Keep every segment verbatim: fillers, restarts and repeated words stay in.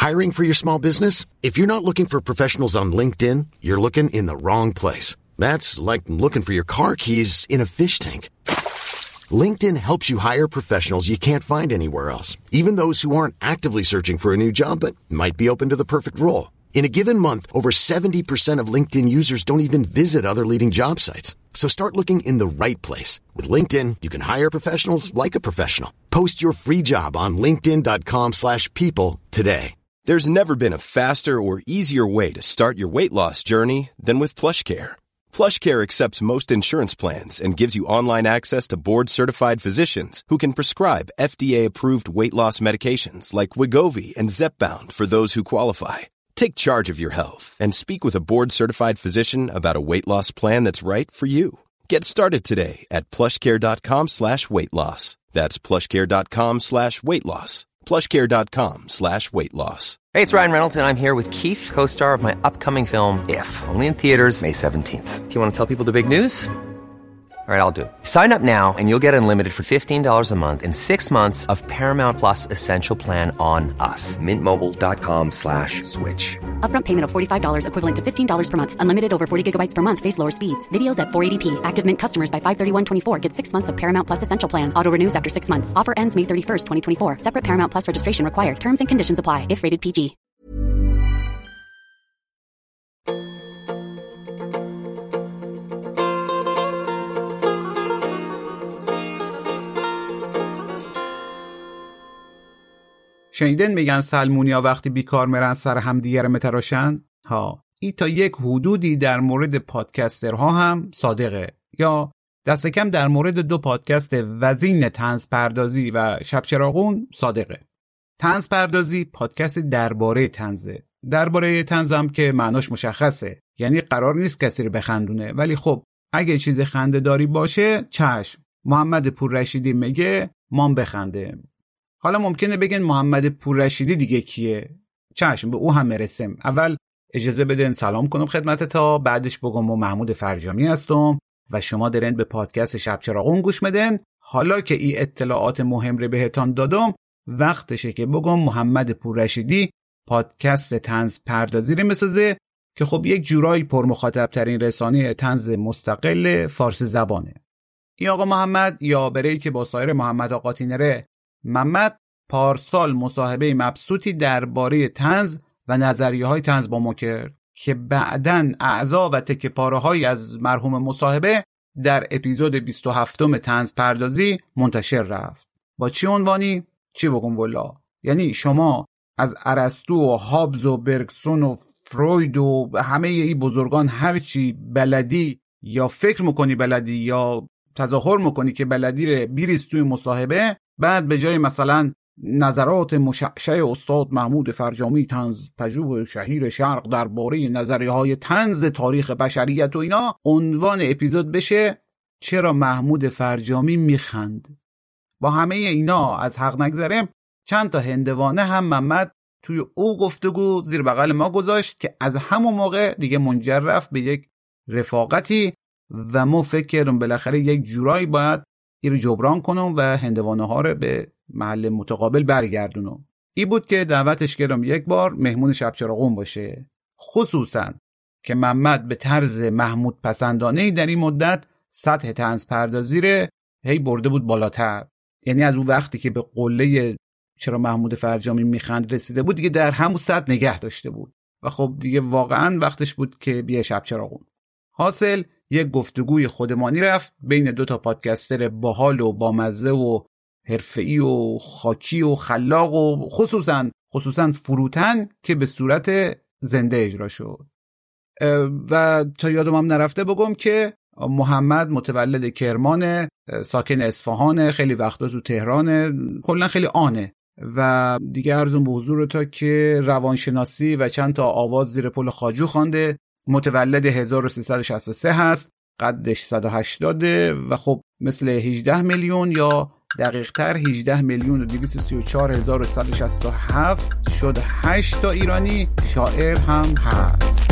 Hiring for your small business? If you're not looking for professionals on LinkedIn, you're looking in the wrong place. That's like looking for your car keys in a fish tank. LinkedIn helps you hire professionals you can't find anywhere else, even those who aren't actively searching for a new job but might be open to the perfect role. In a given month, over seventy percent of LinkedIn users don't even visit other leading job sites. So start looking in the right place. With LinkedIn, you can hire professionals like a professional. Post your free job on linkedin.com slash people today. There's never been a faster or easier way to start your weight loss journey than with PlushCare. PlushCare accepts most insurance plans and gives you online access to board-certified physicians who can prescribe F D A-approved weight loss medications like Wegovy and Zepbound for those who qualify. Take charge of your health and speak with a board-certified physician about a weight loss plan that's right for you. Get started today at plushcare.com slash weight loss. That's plushcare.com slash weight loss. plushcare.com slash weight loss. Hey, it's Ryan Reynolds, and I'm here with Keith, co-star of my upcoming film, If, only in theaters May seventeenth. Do you want to tell people the big news? All right, I'll do it. Sign up now and you'll get unlimited for fifteen dollars a month and six months of Paramount Plus Essential Plan on us. Mintmobile.com slash switch. Upfront payment of forty-five dollars equivalent to fifteen dollars per month. Unlimited over forty gigabytes per month. Face lower speeds. Videos at four eighty p. Active Mint customers by five thirty-one twenty-four get six months of Paramount Plus Essential Plan. Auto renews after six months. Offer ends May thirty-first, twenty twenty-four. Separate Paramount Plus registration required. Terms and conditions apply if rated P G. شنیدن میگن سلمونیا وقتی بیکار میرن سر هم دیگر متراشن؟ ها، این تا یک حدودی در مورد پادکسترها هم صادقه، یا دست کم در مورد دو پادکست وزین طنز پردازی و شب چراغون صادقه. طنز پردازی پادکست درباره طنزه. درباره طنزم که معناش مشخصه، یعنی قرار نیست کسی رو بخندونه، ولی خب اگه چیز خنده داری باشه چشم. محمد پوررشیدی میگه مام بخنده. حالا ممکنه بگن محمد پوررشیدی دیگه کیه؟ چشم، به او هم میرسیم. اول اجازه بدین سلام کنم خدمت تا بعدش بگم ما محمود فرجامی هستم و شما دارین به پادکست شب چراغون گوش میدین. حالا که این اطلاعات مهم رو بهتون دادم، وقتشه که بگم محمد پوررشیدی پادکست طنز پردازی رو میسازه که خب یک جورایی پرمخاطب ترین رسانه طنز مستقل فارسی زبانه. این آقا محمد، یا برای که با سایر محمد آقاتی نره، محمد پارسال مصاحبه مبسوطی درباره طنز و نظریه‌های طنز با ما کرد که بعداً اعضا و تکه پاره‌های از مرحوم مصاحبه در اپیزود بیست و هفتم طنز پردازی منتشر رفت. با چی عنوانی؟ چی بگم والا؟ یعنی شما از ارسطو و هابز و برگسون و فروید و همه این بزرگان هرچی بلدی یا فکر میکنی بلدی یا تظاهر میکنی که بلدی رو بیریز توی مصاحبه، بعد به جای مثلا نظرات مشعشع استاد محمود فرجامی طنز پژوه شهیر شرق درباره نظریه‌های طنز تاریخ بشریت و اینا، عنوان اپیزود بشه چرا محمود فرجامی میخند. با همه اینا از حق نگذرم، چند تا هندوانه هم محمد توی او گفتگو زیر بغل ما گذاشت که از همون موقع دیگه منجر رفت به یک رفاقتی و ما فکر کردم بالاخره یک جورایی باید این رو جبران کنم و هندوانه ها رو به محل متقابل برگردونم. این بود که دعوتش کردم یک بار مهمون شب چراغون باشه، خصوصا که محمد به طرز محمود پسندانه‌ای در این مدت سطح طنز پردازی رو هی برده بود بالاتر. یعنی از اون وقتی که به قله چرا محمود فرجامی میخند رسیده بود دیگه در همون سطح نگه داشته بود و خب دیگه واقعا وقتش بود که بیه شب چراغون. حاصل یک گفتگوی خودمانی رفت بین دو تا پادکستر باحال و بامزه و حرفه‌ای و خاکی و خلاق و خصوصا خصوصا فروتن که به صورت زنده اجرا شد. و تا یادم هم نرفته بگم که محمد متولد کرمان، ساکن اصفهان، خیلی وقتا تو تهران، کلا خیلی آنه و دیگه عرضم به حضور تا که روانشناسی و چند تا آواز زیر پل خواجو خوانده. متولد هزار و سیصد و شصت و سه هست، قدش صد و هشتاد و خب مثل هجده میلیون یا دقیق تر هجده میلیون و دویست و سی و چهار هزار و صد و شصت و هفت شد هشت تا ایرانی شاعر هم هست.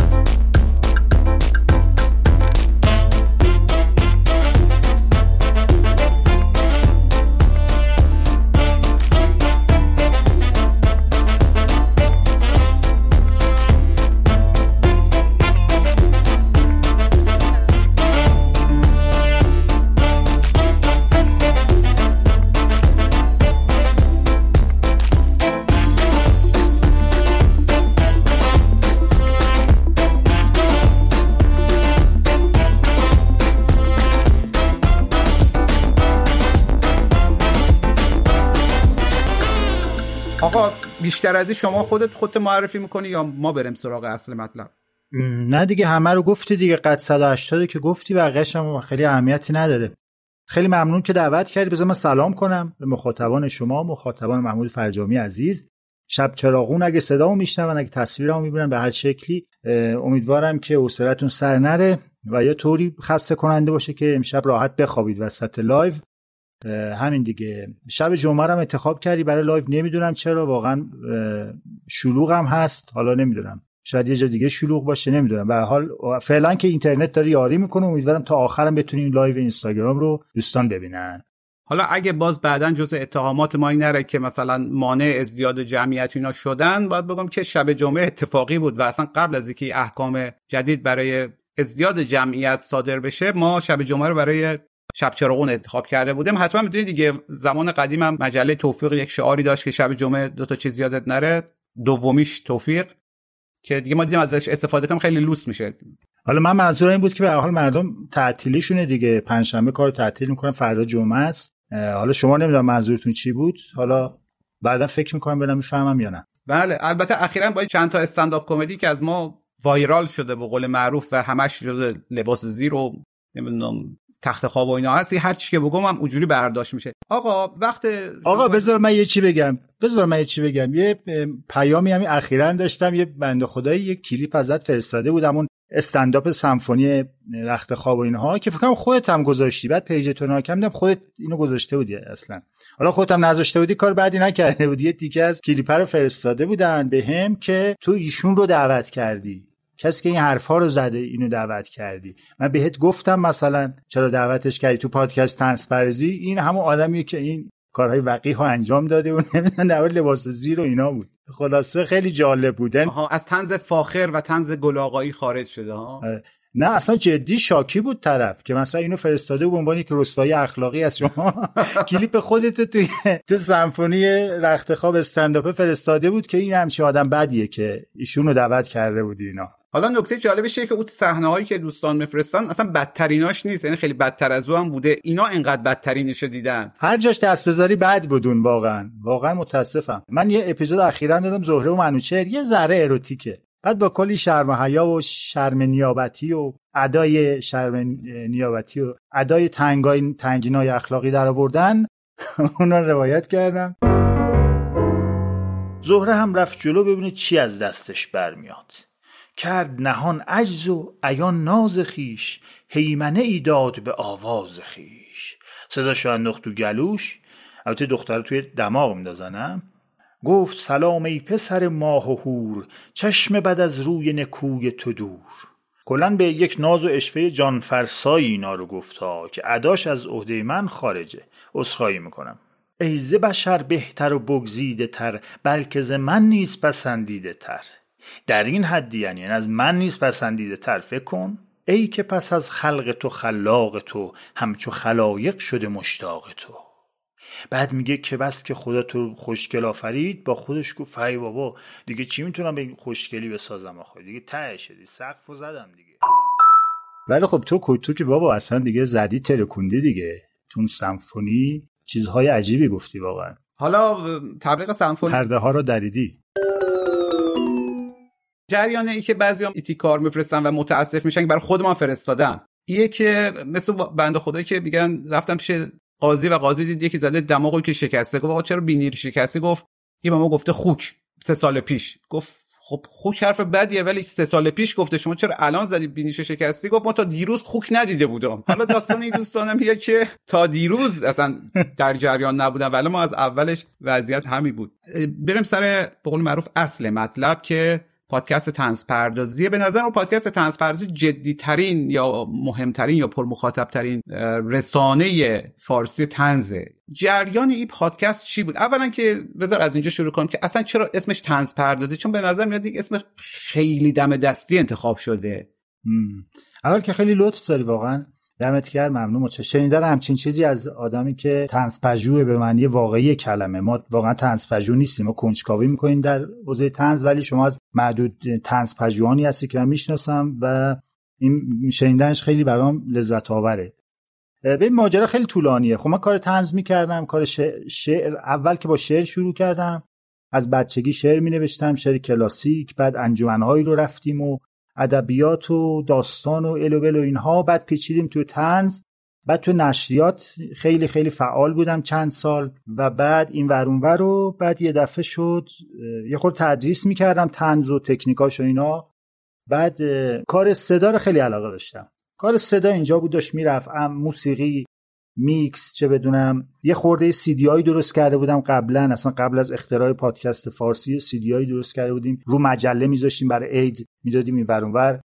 بیشتر از این شما خودت خودت معرفی میکنی یا ما بریم سراغ اصل مطلب؟ نه دیگه همه رو گفتی دیگه، قد صد و هشتاد که گفتی، بقیه‌اش هم خیلی اهمیتی نداره. خیلی ممنون که دعوت کردی. بذار من سلام کنم به مخاطبان شما، مخاطبان محمود فرجامی عزیز. شب چراغون اگه صدامو میشنون، اگه تصویرامو میبینن، به هر شکلی امیدوارم که حوصله‌تون سر نره و یا طوری خسته کننده باشه که امشب راحت بخوابید وسط لایو. همین دیگه. شب جمعه رو انتخاب کردی برای لایو، نمیدونم چرا، واقعا شلوغ هم هست، حالا نمیدونم شاید یه جا دیگه شلوغ باشه، نمیدونم. به هر حال فعلا که اینترنت داره یاری میکنه، امیدوارم تا آخرم بتونین لایو اینستاگرام رو دوستان ببینن. حالا اگه باز بعدن جزء اتهامات ما این نره که مثلا مانع ازدیاد جمعیت اینا شدن، باید بگم که شب جمعه اتفاقی بود و اصلا قبل از اینکه احکام جدید برای ازدیاد جمعیت صادر بشه، ما شب جمعه رو برای شب چراغون انتخاب کرده بودیم. حتما میدونید دیگه زمان قدیم هم مجله توفیق یک شعاری داشت که شب جمعه دو تا چیز یادت نره، دومیش توفیق، که دیگه ما دیدیم ازش استفاده کنیم خیلی لوس میشه. حالا من منظورم این بود که به هر حال مردم تعطیلیشونه دیگه، پنجشنبه کارو تعطیل میکنن، فردا جمعه است. حالا شما نمیدونم منظورتون چی بود، حالا بعدا فکر میکنم ببینم میفهمم یا نه. بله البته اخیراً با چند تا استندآپ کمدی که از ما وایرال شده به قول معروف و همش شده لباس زیر و نمیدونم تخت خواب و اینا هست، هر چی که بگم هم اونجوری برداشت میشه. آقا وقت آقا بذار من یه چی بگم بذار من یه چی بگم یه پیامی همین اخیراً داشتم، یه بنده خدایی یک کلیپ ازت فرستاده بودم، اون استندآپ سمفونی رخت خواب و اینها که فکر کنم خودت هم گذاشتی، بعد پیجتون ها کردم خودت اینو گذاشته بودی اصلا. حالا خودت هم نذاشته بودی، کار بعدی نکرده بودی، یه تیکه از کلیپ رو فرستاده بودن بهم که تو ایشون رو دعوت کردی، کسی که این حرفا رو زده اینو دعوت کردی. من بهت گفتم مثلا چرا دعوتش کردی تو پادکست طنز پرزی، این همون آدمیه که این کارهای وقیح ها انجام داده و نمیدونم در لباس زیر و اینا بود. خلاصه خیلی جالب بودن. آها از طنز فاخر و طنز گل آقایی خارج شده ها. نه اصلا جدی شاکی بود طرف که مثلا اینو فرستاده و به عنوان که رسوایی اخلاقی از شما کلیپ خودت تو تو سمفونی رخت خواب استندآپ فرستاده بود که این همچین آدم بدیه که ایشونو دعوت کرده بودی اینا. حالا نکته جالبش اینه که اون صحنه‌هایی که دوستان میفرستن اصلا بدتریناش نیست، یعنی خیلی بدتر از اون هم بوده. اینا اینقدر بدترینش دیدن، هر جاش دست بذاری بد بودون. واقعا واقعا متاسفم. من یه اپیزود اخیراً دادم زهره و منوچهر، یه ذره اروتیکه، بعد با کلی شرم و حیا و شرم نیابتی و ادای شرم نیابتی و ادای تنگای تنگینای اخلاقی در آوردن اونا روایت کردم. زهره هم رفت جلو ببینه چی از دستش برمیاد، کرد نهان عجز و عیان ناز خیش، هیمنه ای داد به آواز خیش. صداشو انداخت تو گلوش، البته دختر توی دماغ میندازنم. گفت سلام ای پسر ماه و هور، چشم بد از روی نکوی تو دور. کلن به یک ناز و اشفه جانفرسایی اینا رو گفتا که اداش از عهده من خارجه، عذرخواهی میکنم. ای ز بشر بهتر و بگزیده تر، بلکه ز من نیز پسندیده تر. در این حدی یعنی از من نیز پسندیده تر فکر کن. ای که پس از خلق تو خلاق تو، همچو خلایق شده مشتاق تو. بعد میگه که بس که خدا تو خوشگل آفرید، با خودش گفت ای بابا دیگه چی میتونم به این خوشگلی بسازم، آخه دیگه ته شدی، سقفو زدم دیگه. ولی خب تو کوتو که بابا اصلا دیگه زدی ترکوندی دیگه، تو سمفونی چیزهای عجیبی گفتی واقعا. حالا تبلیغ سمفونی پرده ها رو دریدی. جریانه ای که بعضیام ایتی کار میفرستن و متاسف میشن که برای خودمان فرستادن، ایه که مثل بنده خدایی که میگن رفتم پیش قاضی و قاضی دید یکی زده دماغی که شکسته، گفت آقا چرا بینی شکسته؟ گفت این به ما گفته خوک سه سال پیش. گفت خب خوک حرف بدیه ولی سه سال پیش گفته، شما چرا الان زدی بینیش شکستی؟ گفت ما تا دیروز خوک ندیده بودم. حالا داستان این دوستانم میگه که تا دیروز اصلا در جریان نبودن ولی ما از اولش وضعیت همین بود. بریم سر به قول معروف اصل مطلب که پادکست طنز پردازی. به نظر من پادکست طنز پردازی جدی ترین یا مهمترین یا پرمخاطب ترین رسانه فارسی طنزه. جریان این پادکست چی بود؟ اولا که بذار از اینجا شروع کنم که اصلا چرا اسمش طنز پردازی، چون به نظر میاد یک اسم خیلی دم دستی انتخاب شده. اول که خیلی لطف داری واقعا، دمت گرم، ممنون. متشکرم. شنیدن همچین چیزی از آدمی که طنزپژوه به معنی واقعی کلمه. ما واقعا طنزپژو نیستیم، ما کنجکاوی میکنیم در حوزه طنز، ولی شما از معدود طنزپژوهانی هستی که من میشناسم و این شنیدنش خیلی برام لذت آوره. ببین ماجرا خیلی طولانیه. خب من کار طنز میکردم، کار شعر, شعر اول که با شعر شروع کردم، از بچگی شعر می‌نوشتم، شعر کلاسیک، بعد انجمن‌هایی رو رفتیم و ادبیات و داستان و الوبل و اینها، بعد پیچیدیم تو طنز، بعد تو نشریات خیلی خیلی فعال بودم چند سال و بعد این ور اون ور رو بعد یه دفعه شد یه خورده تدریس می‌کردم طنز و تکنیکاش و اینا. بعد کار صدا رو خیلی علاقه داشتم. کار صدا اینجا بود داشت میرفت، موسیقی، میکس، چه بدونم یه خورده سی دی آی درست کرده بودم قبلا، اصلا قبل از اختراع پادکست فارسی سی دی آی درست کرده بودیم، رو مجله میذاشتیم برای عید میدادیم این ور اون ور.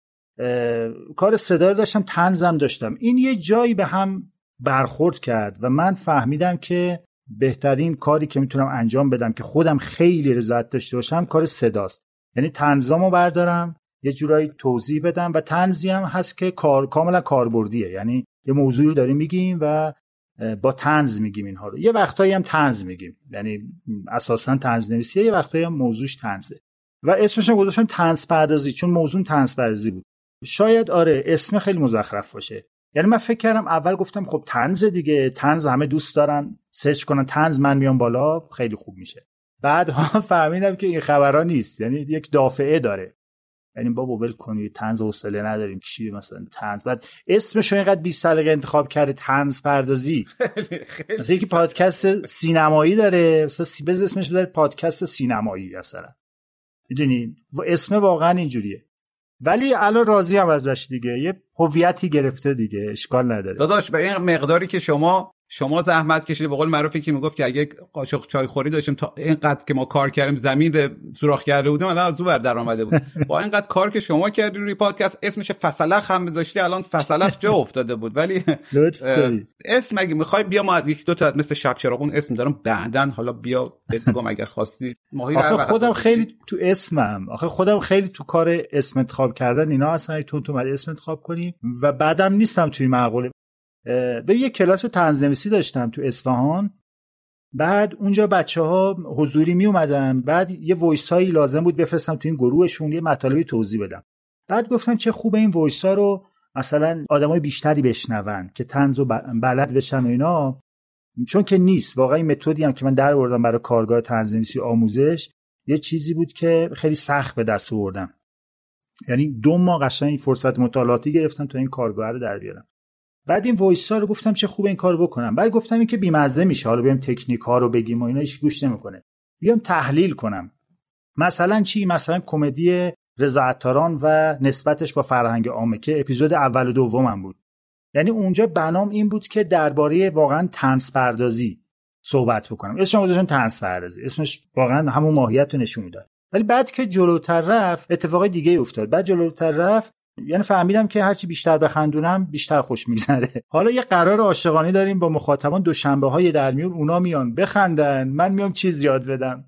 کار صدا رو داشتم، طنزم داشتم. این یه جایی به هم برخورد کرد و من فهمیدم که بهترین کاری که میتونم انجام بدم که خودم خیلی رضایت داشته باشم کار صداست. یعنی طنزامو بردارم یه جورایی توضیح بدم و طنزی هم هست که کار کاملا کاربردیه، یعنی یه موضوعی رو داریم میگیم و با طنز میگیم اینها رو. یه وقتایی هم طنز میگیم، یعنی اساسا طنزنویسیه، یه وقتایی هم موضوعش طنزه و اسمش رو گذاشتم طنز پردازی چون موضوع طنز پردازی بود. شاید آره اسم خیلی مزخرف باشه، یعنی من فکر کردم اول گفتم خب طنز دیگه، طنز همه دوست دارن سرچ کنن طنز، من میام بالا خیلی خوب میشه. بعد ها فهمیدم که این خبرها نیست، یعنی یک دافعه داره، یعنی بابا ول کنید طنز حوصله نداریم چی مثلا طنز. بعد اسمش رو اینقدر بیست سالگی انتخاب کرده طنز پردازی، مثلا یکی پادکست سینمایی داره مثلا سی بز اسمش بذاره پادکست سینمایی مثلا، میدونی اسم واقعا اینجوریه. ولی الان راضی هم ازش دیگه، یه هویتی گرفته دیگه، اشکال نداره. داداش به این مقداری که شما شما زحمت کشیدید، به قول معروفی که میگفت که اگه قاشق چای خوری داشتیم تا اینقدر که ما کار کردیم زمین رو سوراخ کرده بودیم الان از اون ور در اومده بود. با اینقدر کار که شما کردی روی پادکست اسمش فسلخ هم بذاشتی الان فسلخ جا افتاده بود. ولی اسم اگه میخوای بیا ما یک دو تا مثل شب چراغون اسم دارم بعدن حالا بیا بگم اگر خواستی. آخه خودم خیلی تو اسمم، آخه خودم خیلی تو کار اسم انتخاب کردن اینا اصلا تو تو مد اسم انتخاب کنی و بعدم نیستم توی معقوله. به یه کلاس طنزنویسی داشتم تو اصفهان، بعد اونجا بچه‌ها حضوری می اومدن، بعد یه وایس هایی لازم بود بفرستم تو این گروهشون یه مطالبی توضیح بدم. بعد گفتم چه خوبه این وایس ها رو مثلا آدمای بیشتری بشنون که طنز و بلد بشن و اینا، چون که نیست واقعا. این متدی هم که من در آوردم برای کارگاه طنزنویسی آموزش یه چیزی بود که خیلی سخت به دست آوردم، یعنی دو ماه قشنگ فرصت مطالعاتی گرفتم تا این کارگاه رو در بیارم. بعد این وایس ها رو گفتم چه خوبه این کارو بکنم. بعد گفتم این که بی‌مزه میشه، حالا بیام تکنیک ها رو بگیم و اینا هیچ گوش نمیکنه، بیام تحلیل کنم. مثلا چی؟ مثلا کمدی رضا عطاران و نسبتش با فرهنگ عامه که اپیزود اول و دومم بود. یعنی اونجا بنام این بود که درباره واقعا طنز پردازی صحبت بکنم. اسمش گذاشتم طنز پردازی، اسمش واقعا همون ماهیت رو نشون میداد. ولی بعد که جلوتر رفت اتفاقای دیگه افتاد. بعد جلوتر رفت یعنی فهمیدم که هرچی بیشتر بخندونم بیشتر خوش میگذره. حالا یه قرار عاشقانه داریم با مخاطبان، دوشنبه‌های در میون اونا میان بخندن، من میام چیز یاد بدم.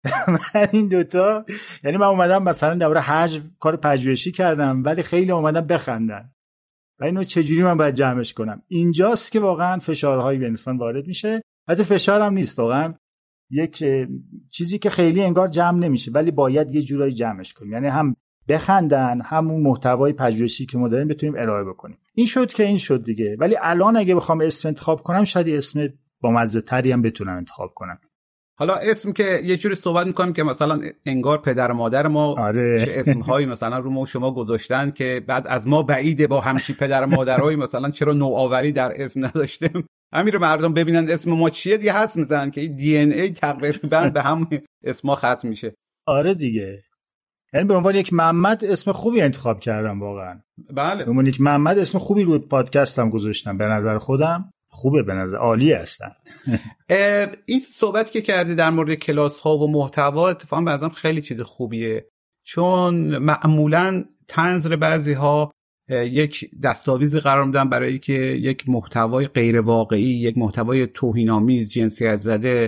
من این دوتا یعنی من اومدم مثلا دوره حج کار پژوهشی کردم ولی خیلی اومدم بخندن و اینو چجوری من باید جمعش کنم. اینجاست که واقعا فشارهایی به انسان وارد میشه. حتی فشارم نیست، واقعا یک چیزی که خیلی انگار جمع نمیشه ولی باید یه جورایی جمعش کنیم، یعنی هم بخندن همون محتوای پژوهشی که ما داریم بتونیم ارائه بکنیم. این شد که این شد دیگه. ولی الان اگه بخوام اسم انتخاب کنم شاید اسم با مزه تری هم بتونم انتخاب کنم. حالا اسم که یه جوری صحبت می‌کنیم که مثلا انگار پدر و مادر ما آره. چه اسم‌هایی مثلا رو ما شما گذاشتن که بعد از ما بعیده با همچی پدر و مادرایی مثلا چرا نوآوری در اسم نداشتیم. همین رو مردم ببینن اسم ما چیه دیگه حدس میزنن که این دی ان ای تقریبا به هم اسم‌ها ختم میشه. آره دیگه. یعنی به عنوان یک محمد اسم خوبی انتخاب کردم واقعا. بله. به عنوان یک محمد اسم خوبی روی پادکستم گذاشتم، به نظر خودم خوبه، به نظر عالی هستن. این صحبت که کردی در مورد کلاس ها و محتوا اتفاقا به نظرم خیلی چیز خوبیه، چون معمولا طنز بعضی ها یک دستاویزی قرار میدن برای که یک محتوای غیر واقعی، یک محتوای توهین‌آمیز، جنسیت زده،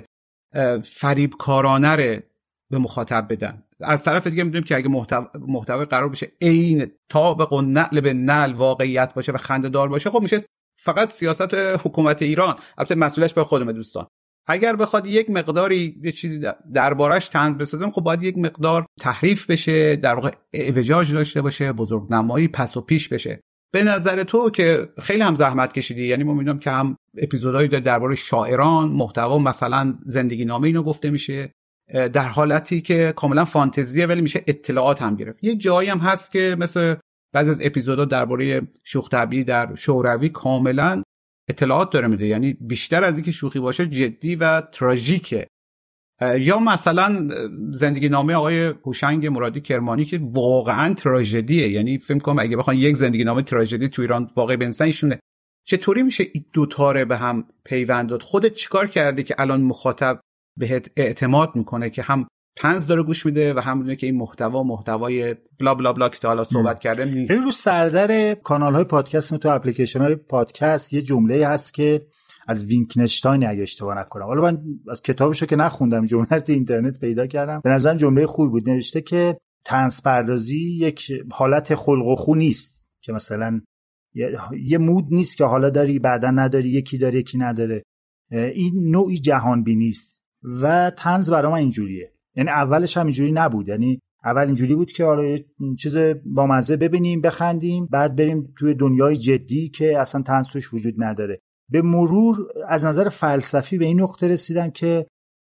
فریبکارانه رو به مخاطب بدن. از طرف دیگه میدونیم که اگه محتوا محتوای قرار بشه عین طابق و نعل به نعل واقعیت باشه و خنده‌دار باشه، خب میشه فقط سیاست حکومت ایران. البته مسئولیتش به خودم دوستان. اگر بخواد یک مقداری یه چیزی دربارش طنز بسازم، خب باید یک مقدار تحریف بشه، در واقع اعوجاج داشته باشه، بزرگنمایی پس و پیش بشه. به نظر تو که خیلی هم زحمت کشیدی، یعنی ما می‌بینیم که هم اپیزودایی درباره شاعران، محتوا مثلا زندگی نامه اینو گفته میشه، در حالتی که کاملا فانتزیه ولی میشه اطلاعات هم گرفت. یه جایی هم هست که مثل بعضی از اپیزودا درباره شوخ طبعی در شوروی کاملا اطلاعات داره میده، یعنی بیشتر از اینکه شوخی باشه جدی و تراژیکه. یا مثلا زندگی نامه آقای هوشنگ مرادی کرمانی که واقعا تراژدیه، یعنی فکر کنم اگه بخوان یک زندگی نامه تراژدی تو ایران واقعی بنویسن ایشونه. چطوری میشه این دو تاره به هم پیوند داد؟ خودت چیکار کردی که الان مخاطب بهت اعتماد میکنه که هم طنز داره گوش میده و هم میدونه که این محتوا محتوای بلا بلا بلا که حالا صحبت کردیم نیست؟ این رو سردر کانال های پادکست تو اپلیکیشن های پادکست یه جمله هست که از وینکنشتاین اگه اشتباه نکنم، حالا من از کتابشو که نخوندم، جمله رو تو اینترنت پیدا کردم، به نظرم جمله خوبی بود. نوشته که طنز پردازی یک حالت خلق و خو نیست که مثلا یه مود نیست که حالا داری بعدا نداری، یکی داره یکی نداره. این نوعی جهان بینی است و طنز برای من اینجوریه. یعنی اولش هم اینجوری نبود، یعنی اول اینجوری بود که آره چیز با مزه ببینیم بخندیم، بعد بریم توی دنیای جدی که اصلا طنز توش وجود نداره. به مرور از نظر فلسفی به این نقطه رسیدم که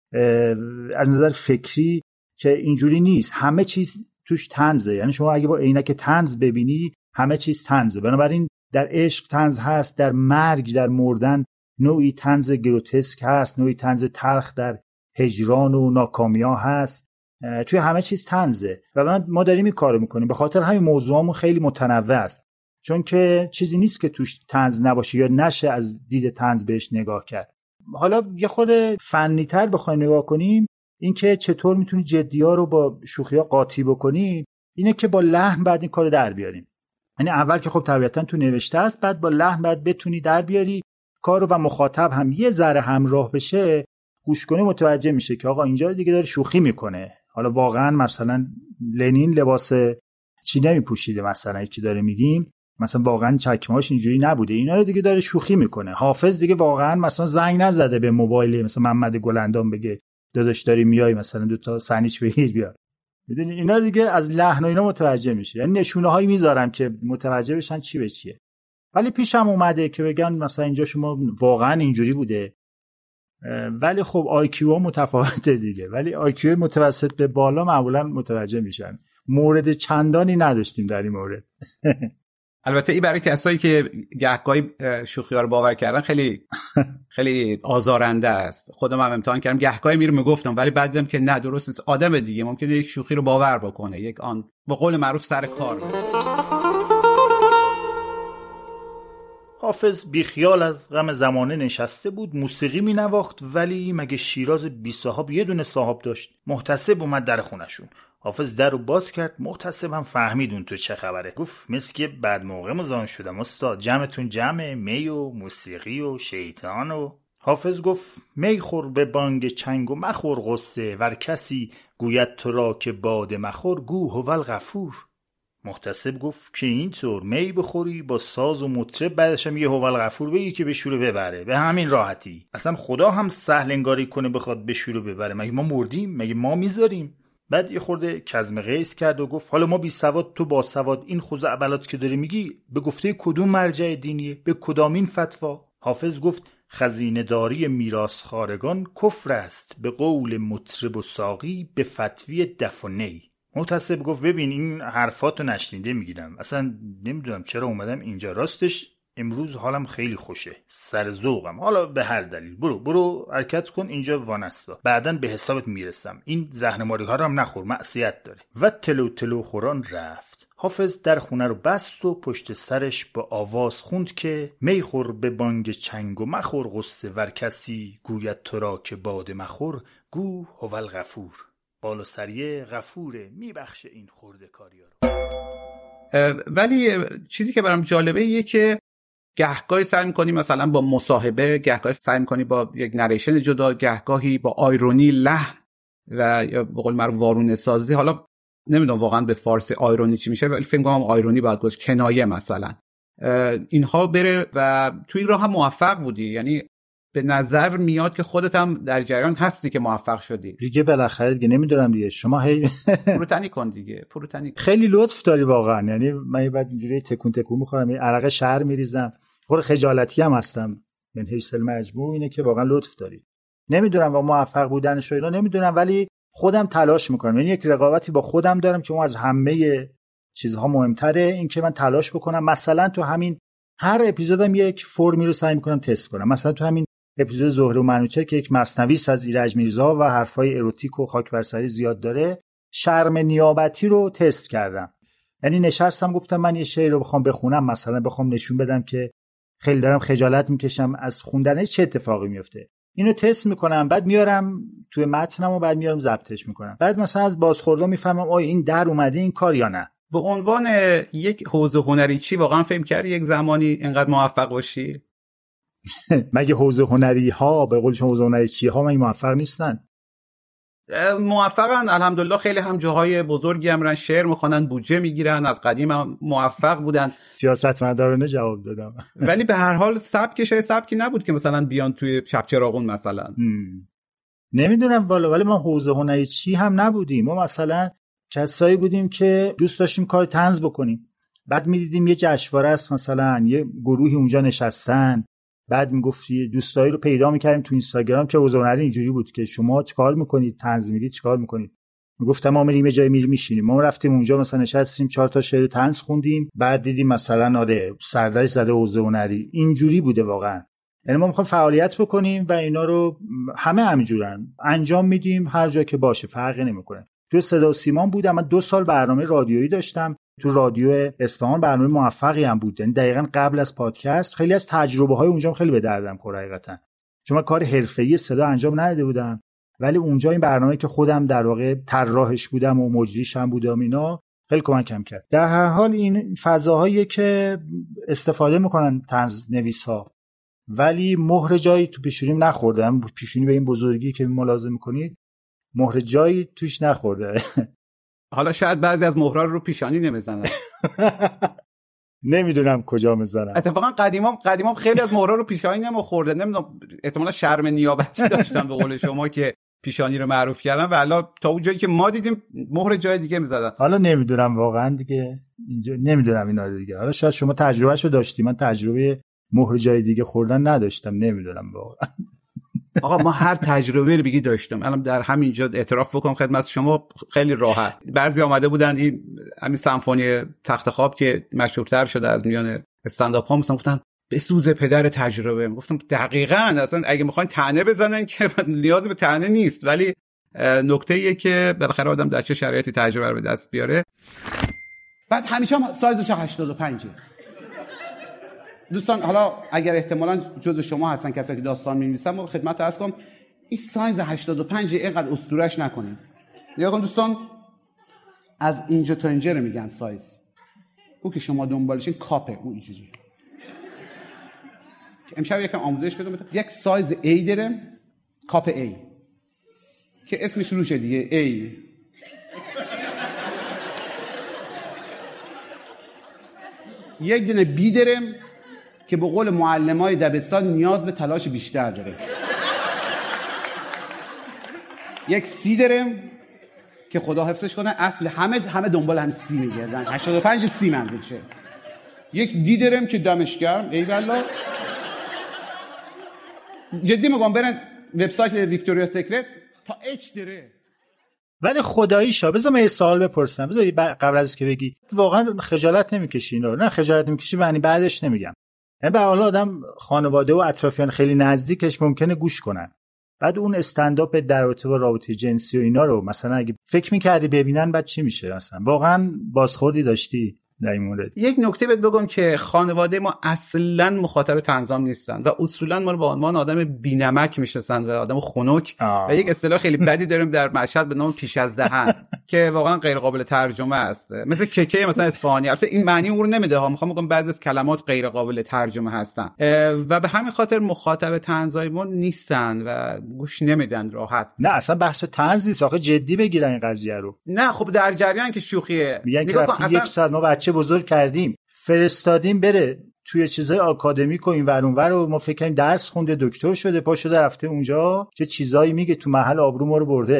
از نظر فکری که اینجوری نیست، همه چیز توش طنزه. یعنی شما اگه با عینک طنز ببینی همه چیز طنزه. بنابراین در عشق طنز هست، در مرگ، در مردن نوعی طنز گروتسک هست، نوعی طنز تلخ در هجران و ناکامی‌ها هست، توی همه چیز طنزه و من ما داریم این کارو میکنیم. به خاطر همین موضوعمون خیلی متنوع است، چون که چیزی نیست که توش طنز نباشه یا نشه از دید طنز بهش نگاه کرد. حالا یه خود فنی‌تر بخوایم نگاه کنیم، این که چطور میتونی جدی‌ها رو با شوخی‌ها قاطی بکنی، اینه که با لحن بعد این کارو در بیاریم. یعنی اول که خب طبیعتاً تو نوشته است، بعد با لحن بعد بتونی در بیاری کارو و مخاطب هم یه ذره همراه بشه، گوش کنه متوجه میشه که آقا اینجا دیگه داره شوخی میکنه. حالا واقعا مثلا لنین لباس چی نمیپوشیده، مثلا یکی داره میگیم مثلا واقعا چکمه‌اش اینجوری نبوده، اینا رو دیگه داره شوخی میکنه. حافظ دیگه واقعا مثلا زنگ نزده به موبایل مثلا محمد گلندام بگه داداش داری میای مثلا دو تا سنیچ بگیر بیار. میدونی اینا دیگه از لحن و اینا متوجه میشه، یعنی نشونه‌هایی میذارم که متوجه بشن چی به چیه. ولی پیشم اومده که بگن مثلا اینجا شما واقعا اینجوری بوده، ولی خب آی کیو ها متفاوته دیگه، ولی آی کیو متوسط به بالا معمولا متوجه میشن. مورد چندانی نداشتیم در این مورد. البته این برای کسایی که گهگاهی شوخی‌ها رو باور کردن خیلی خیلی آزارنده است. خودم هم امتحان کردم، گهگاهی میرم میگفتم ولی بعد دیدم که نه درست نیست. آدم دیگه ممکنه یک شوخی رو باور بکنه، یک آن به قول معروف سر کار. حافظ بیخیال از غم زمانه نشسته بود، موسیقی می نواخت. ولی مگه شیراز بی صاحب یه دونه صاحب داشت؟ محتسب اومد در خونشون. حافظ در رو باز کرد. محتسب هم فهمید اون تو چه خبره. گفت مثل که بعد موقع مزان شدم استاد، جمعتون جمع می و موسیقی و شیطان. و حافظ گفت می خور به بانگ چنگ و مخور غصه، ور کسی گوید تو را که باد مخور، گو هوال غفور. محتسب گفت که اینطور می بخوری با ساز و مطرب، بعدش هم یه هوال غفور بگی که بشوره ببره، به همین راحتی. اصلا خدا هم سهل انگاری کنه بخواد بشوره ببره؟ مگه ما مردیم؟ مگه ما میذاریم؟ بعد یه خورده کظم قیس کرد و گفت حالا ما بی سواد تو با سواد، این خزعبلات که داری میگی به گفته کدوم مرجع دینیه؟ به کدامین فتوا؟ حافظ گفت خزینه داری میراث خارگان کفر است، به قول مطرب و ساقی به فتوی دف و نی. محتسب گفت ببین این حرفاتو نشنیده میگیرم، اصلا نمیدونم چرا اومدم اینجا، راستش امروز حالم خیلی خوشه، سر ذوقم، حالا به هر دلیل برو برو حرکت کن اینجا وانستا، بعدن به حسابت میرسم، این زهرماری ها رو هم نخور معصیت داره. و تلو تلو خوران رفت. حافظ در خونه رو بست و پشت سرش با آواز خوند که می خور به بانگ چنگ و مخور غصه، ور کسی گوید تو را که باد مخور، گو هوال غفور. بالا سریه غفوره، میبخشه این خورده کاریا رو. ولی چیزی که برام جالبه یه که گهگاهی سعی می‌کنی مثلا با مصاحبه، گهگاهی سعی می‌کنی با یک نریشن جدا، گهگاهی با آیرونی، لحن و یا به قول معروف وارونه سازی. حالا نمیدونم واقعا به فارسی آیرونی چی میشه، ولی فکر می‌کنم آیرونی باید گفت، کنایه مثلا. اینها بره و توی راه هم موفق بودی، یعنی به نظر میاد که خودت هم در جریان هستی که موفق شدی دیگه بالاخره دیگه. نمیدونم دیگه شما هی فروتنی کن دیگه، فروتنی کن. خیلی لطف داری واقعا، یعنی من بعد اینجوری تکون تکون میخورم، عرق شهر میریزم، خود خجالتی هم هستم من حیث المجموع اینه که واقعا لطف داری. نمیدونم و موفق بودنش و اینا نمیدونم، ولی خودم تلاش میکنم، یعنی یک رقابتی با خودم دارم که اون از همه چیزها مهمتره، این که من تلاش بکنم مثلا تو همین هر اپیزودم یک فرمی رو سعی میکنم تست کنم. مثلا تو همین اپیزود زهره و منوچهر که یک مثنوی از ایرج میرزا و حرفای اروتیک و خاک بر سری زیاد داره، شرم نیابتی رو تست کردم. یعنی نشستم گفتم من یه شعر رو بخوام بخونم، مثلا بخوام نشون بدم که خیلی دارم خجالت میکشم از خوندنش، چه اتفاقی میفته. اینو تست میکنم، بعد میارم توی متنم و بعد میارم ضبطش میکنم. بعد مثلا از بازخوردا میفهمم آیا این در اومده این کار یا نه. به عنوان یک حوزه هنری چی واقعا فهم کردی یک زمانی اینقدر موفق باشی؟ مگه حوزه هنری ها به قول شما حوزه هنری چی ها مگه موفق نیستن؟ موفقن الحمدلله، خیلی هم جاهای بزرگی هم رن شعر میخوانن، بودجه میگیرن، از قدیم هم موفق بودن. سیاستمدارانه جواب دادم. ولی به هر حال سبکش سبکی نبود که مثلا بیان توی شب چراغون مثلا. نمیدونم والا، ولی ما حوزه هنری چی هم نبودیم. ما مثلا کسایی بودیم که دوست داشتیم کار طنز بکنیم، بعد میدیدیم یه جشنواره است مثلا یه گروهی اونجا نشستن، بعد میگفتی دوستایی رو پیدا میکردیم تو اینستاگرام که حوزه هنری اینجوری بود که شما چیکار میکنید، طنز میگید چیکار میکنید؟ میگفتم ما میریم یه جایی میریم میشینیم. ما رفتیم اونجا مثلا نشستیم چهار تا شعر طنز خوندیم، بعد دیدیم مثلا آره سردرش زده حوزه هنری. اینجوری بوده واقعا. یعنی ما میخوایم فعالیت بکنیم و اینا رو همه همینجورن انجام میدیم، هر جا که باشه فرقی نمیکنه. تو صدا و سیما بودم، من دو سال برنامه رادیویی داشتم تو رادیو اصفهان، برنامه موفقی هم بود. یعنی دقیقاً قبل از پادکست خیلی از تجربه‌های اونجا خیلی به دردم خورد حقیقتا، چون من کار حرفه‌ای صدا انجام نداده بودم، ولی اونجا این برنامه که خودم در واقع طراحش بودم و مجریش هم بودم اینا خیلی کمکم کرد. در هر حال این فضاهایی که استفاده میکنن طنز نویس‌ها، ولی مهر جایی تو پیشونیم نخورده. پیشونی به این بزرگی که ملاحظه میکنید مهر جایی توش نخورده. حالا شاید بعضی از مهرها رو پیشانی نمیزنن. نمیدونم کجا میزنن. اتفاقا قدیما قدیما خیلی از مهرها رو پیشانی نمیخورده. نمیدونم احتمالاً شرم نیابتی داشتن به قول شما که پیشانی رو معروف کردن، و حالا تا اون جایی که ما دیدیم مهر جای دیگه میزدن. حالا نمیدونم واقعا دیگه اینجا نمیدونم اینا رو دیگه. حالا شاید شما تجربهشو داشتی، من تجربه مهر جای دیگه خوردن نداشتم، نمیدونم واقعا. آقا ما هر تجربه رو بگی داشتم. الان در همینجا اعتراف بکنم خدمت شما خیلی راحت. بعضی آمده بودن این همین سمفونی تخت خواب که مشهورتر شده از میان استندآپ ها، مثلا گفتن بسوز پدر تجربه. گفتم دقیقاً اصلا اگه میخواین طعنه بزنن که نیازی به طعنه نیست، ولی نکته ایه که بالاخره آدم در چه شرایطی تجربه رو به دست بیاره. بعد همیشه هم سایزش هشتاد و پنج. دوستان حالا اگر احتمالاً جز شما هستن کسایی که داستان می‌نویسن، ما خدمت عرض کنم این سایز هشتاد و پنج اینقدر اسطوره‌اش نکنید. نگاه کن دوستان، از اینجا تا اینجا رو میگن سایز. اون که شما دنبالشین کاپه، اون اینجوری. امشب یکم آموزش بدم. یک سایز A داره، کاپ A که اسمش روشه دیگه A. یک دونه B داره که به قول معلمای دبستان نیاز به تلاش بیشتر داره. یک سی داره که خدا حفظش کنه اصل همه همه دنبال هم سی میگردن، هشتاد و پنج سی منظورشه. یک دی دارم که دمش گرم، ای والله جدی میگم برن وبسایت ویکتوریا سیکرت تا اچ داره. ولی خداییشا بذار من یه سوال بپرسم، بذار قبل از که بگی واقعا خجالت نمیکشی اینا رو؟ نه خجالت نمیکشی، یعنی بعدش نمیگم. یعنی به حال آدم خانواده و اطرافیان خیلی نزدیکش ممکنه گوش کنن، بعد اون استندآپ در رابطه با رابطه جنسی و اینا رو مثلا اگه فکر می‌کردی ببینن بعد چی میشه؟ مثلا واقعا بازخوردی داشتی در این مورد؟ یک نکته بهت بگم که خانواده ما اصلا مخاطب طنزام نیستن و اصولا ما رو به عنوان آدم بی‌نمک میشناسن و آدم خنک و یک اصطلاح خیلی بدی داریم در مشهد به نام پیش از دهن که واقعا غیر قابل ترجمه است، مثل ککه مثلا اصفهانی. البته این معنی اون رو نمیده ها، میخوام بگم بعضی از کلمات غیر قابل ترجمه هستن و به همین خاطر مخاطب طنزای ما نیستن و گوش نمیدن راحت. نه اصلا بحث طنز نیست، واقعا جدی بگیرن این قضیه رو. نه خب در جریان که شوخیه، میگن که وقتی اصلا... یک ساعت ما بچه بزرگ کردیم فرستادیم بره توی چیزای آکادمیک و این ور اون ور و ما فکر کنیم درس خونده دکتر شده پا شده رفته اونجا چه چیزایی میگه تو محل آبرو ما رو برده.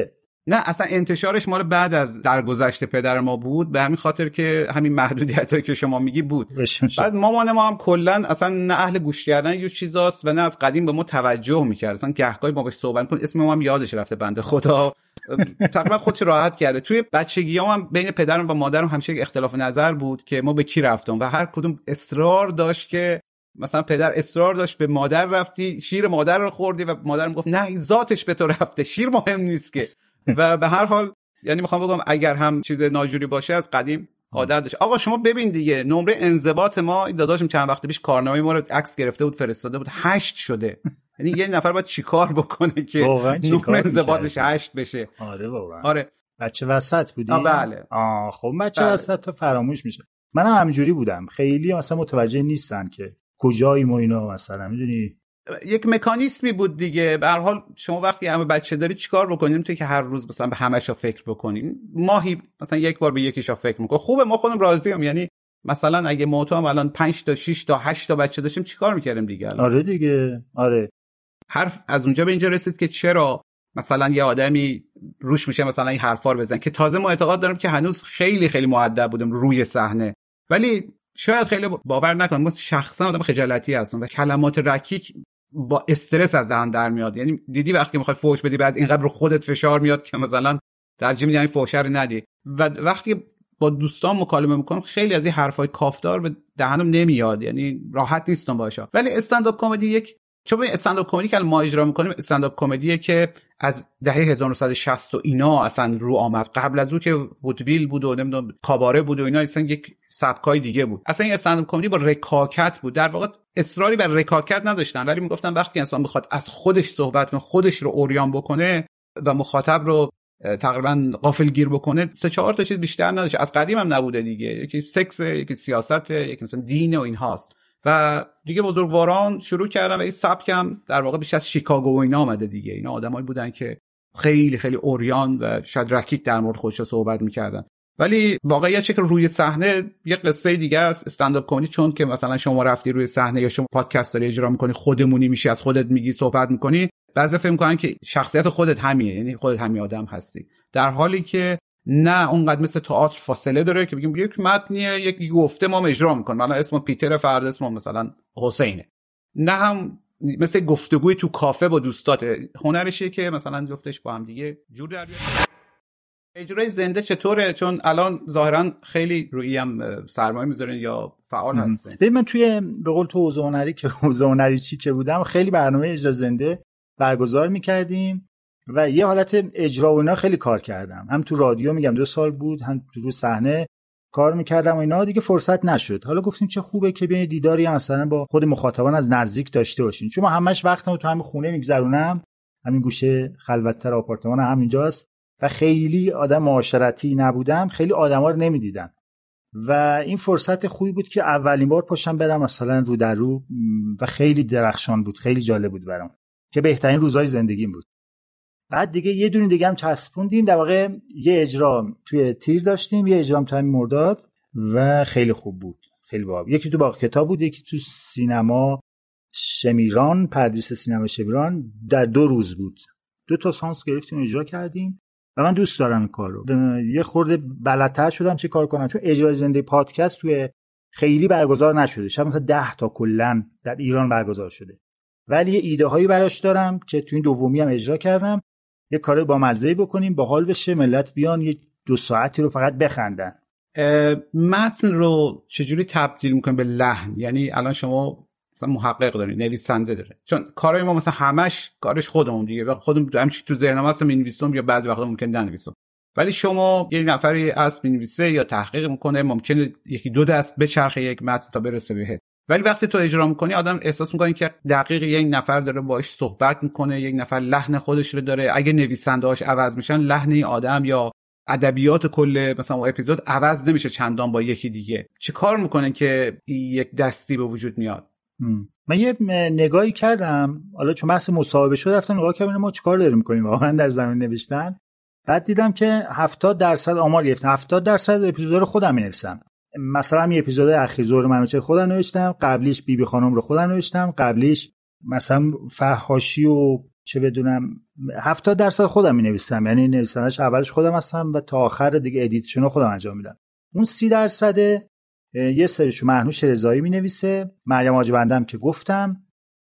نه اصلا انتشارش مال بعد از درگذشت پدر ما بود، به همین خاطر که همین محدودیتایی که شما میگی بود. بعد مامان ما هم کلا اصلا نه اهل گوش کردن یه چیزاست و نه از قدیم به ما توجه میکرد. اصلا گهگاهی ما بهش صحبت می‌کنیم اسم ما هم یادش رفته بنده خدا. تقریبا خودش راحت کرده. توی بچگیام هم بین پدرم و مادرم همیشه یک اختلاف نظر بود که ما به کی رفتم و هر کدوم اصرار داشت که مثلا پدر اصرار داشت به مادر رفتی شیر مادر رو خوردی و مادرم گفت نه ذاتش به تو رفته، شیر مهم نیست که. و به هر حال یعنی میخوام بگم اگر هم چیز ناجوری باشه از قدیم عادت داشت. آقا شما ببین دیگه نمره انضباط ما، داداشم چند وقت پیش کارنامه ما رو عکس گرفته بود فرستاده بود هشت شده. یعنی یه نفر باید چیکار بکنه که نمره انضباطش هشت بشه؟ آره واقعا. آره بچه وسط بودی؟ آه بله. آه خب بچه بله. وسط تا فراموش میشه. منم همینجوری بودم، خیلی مثلا متوجه نیستن که کجاییم و اینا، مثلا میدونی یک مکانیزمی بود دیگه. به هر حال شما وقتی همه بچه داری چیکار بکنیم تو که هر روز مثلا به همه‌شا فکر بکنیم، ماهی مثلا یک بار به یکیشا فکر میکنیم. خوبه ما خودم راضیم. یعنی مثلا اگه ما تو هم الان پنج تا شش تا هشت تا بچه داشتیم چیکار میکردیم دیگه الان؟ آره دیگه آره. حرف از اونجا به اینجا رسید که چرا مثلا یه آدمی روش میشه مثلا این حرفا رو بزن که تازه ما اعتقاد دارم که هنوز خیلی خیلی مؤدب بودم روی صحنه، ولی شاید خیلی باور نکنم من شخصا آدم خجالتی هستم و کلمات رکیک با استرس از دهن در میاد. یعنی دیدی وقتی میخوای فوش بدی بعد اینقدر رو خودت فشار میاد که مثلا ترجیح میدی همین فوش رو ندی. و وقتی با دوستان مکالمه میکنم خیلی از این حرفای کافدار به دهنم نمیاد، یعنی راحت نیستم باشه. ولی استندآپ کمدی یک چون استندآپ کمدی که ما اجرا میکنیم استندآپ کمدیه که از دهه هزار و نهصد و شصت و اینا اصلا رو آمد. قبل از اون که وودویل بود و نمیدونم کاباره بود و اینا اصلا یک سبکای دیگه بود. اصلا این استندآپ کمدی با رکاکت بود. در واقع اصراری بر رکاکت نداشتن، ولی میگفتن وقتی انسان بخواد از خودش صحبت کنه، خودش رو اوریان بکنه و مخاطب رو تقریبا غافلگیر بکنه، سه چهار تا چیز بیشتر نداشت. از قدیم هم نبوده دیگه. یکی سکس، یکی سیاست، یکی مثلا دین و اینهاست. و دیگه بزرگواران شروع کردن و این سبکم در واقع بیش از شیکاگو و اینا آمده دیگه. اینا آدمایی بودن که خیلی خیلی اوریان و شاید رکیک در مورد خودشون صحبت می‌کردن. ولی واقعیت چه که روی صحنه یه قصه دیگه است. استندآپ کمدی چون که مثلا شما رفتی روی صحنه یا شما پادکست داری اجرا می‌کنی، خودمونی میشی، از خودت میگی، صحبت می‌کنی، بعضی فکر می‌کنن که شخصیت خودت همیه، یعنی خودت همین آدم هستی، در حالی که نه اونقدر مثل تئاتر فاصله داره که بگیم یک متنیه یکی گفته ما اجرا می‌کنیم، الان اسم پیتر فردا اسم مثلا حسینه، نه هم مثل گفتگوی تو کافه با دوستات. هنرشه که مثلا جفتش با هم دیگه جور در بیاد. اجرای زنده چطوره؟ چون الان ظاهرا خیلی روی هم سرمایه میذارین یا فعال هستین. ببین من توی به قول تو حوزه هنری که حوزه هنری چی که بودم خیلی برنامه اجرا زنده برگزار می‌کردیم و یه حالت اجرا و اینا خیلی کار کردم. هم تو رادیو میگم دو سال بود، هم رو صحنه کار می‌کردم و اینا، دیگه فرصت نشد. حالا گفتیم چه خوبه که بیاین دیداری هم مثلا با خود مخاطبان از نزدیک داشته باشین، چون من همش وقتمو تو همین خونه میگذرونم، همین گوشه خلوت‌تر آپارتمان همینجاست و خیلی آدم معاشرتی نبودم، خیلی آدما رو نمیدیدم و این فرصت خوبی بود که اولین بار پاشم برم مثلا رو در رو و خیلی درخشان بود، خیلی جالب بود برام که بهترین روزهای زندگیم بود. بعد دیگه یه دونه دیگه هم چسبوندیم، در واقع یه اجرا توی تیر داشتیم، یه اجرا هم تو همین مرداد و خیلی خوب بود، خیلی باحال. یکی تو باغ کتاب بود، یکی تو سینما شمیران، پردیس سینما شمیران، در دو روز بود. دو تا سانس گرفتیم اجرا کردیم و من دوست دارم این کارو. یه خورده بلدتر شدم چه کار کنم، چون اجرای زنده پادکست توی خیلی برگزار نشده، شاید مثلا ده تا کلا در ایران برگزار شده، ولی یه ایده هایی براش دارم که تو این دومی هم اجرا کردم. یه کاری با مزه بکنیم، باحال بشه، ملت بیان یه دو ساعتی رو فقط بخندن. متن رو چجوری تبدیل میکنیم به لحن؟ یعنی الان شما مثلا محقق دارین، نویسنده داره، چون کارای ما مثلا همش کارش خودمون دیگه، خودمون همش تو ذهنم هستم می‌نویسم یا بعضی وقتا ممکن ننویسم، ولی شما یه نفری از می‌نویسه یا تحقیق میکنه، ممکنه یکی دو دست بچرخه یک متن تا برسه بهت، ولی وقتی تو اجرا میکنی آدم احساس میکنه که دقیق یک نفر داره باهاش صحبت میکنه، یک نفر لحن خودش رو داره. اگه نویسنده‌هاش عوض میشن لحن این آدم یا ادبیات کل مثلا اون اپیزود عوض نمیشه چندان با یکی دیگه. چه کار میکنه که یک دستی به وجود میاد؟ من یه نگاهی کردم، حالا چون بحث مصاحبه شد رفتم نگاه کردم ما چیکار داریم میکنیم واقعا در زمین نوشتن. بعد دیدم که هفتاد درصد آمار گرفتم، هفتاد درصد اپیزودا رو خودم می‌نویسم. مثلا می اپیزود اخیر زور منوچهر خودم نوشتم، قبلیش بیبی خانم رو خودم نوشتم، قبلیش مثلا فحاشی و چه بدونم هفتاد درصد خودم می‌نویسم، یعنی نویسندش اولش خودم هستم و تا آخر دیگه ادیتشنو خودم انجام میدم. اون سی درصد یه سریشو مهنوش رضایی مینویسه، مریم حاجی‌بندم که گفتم.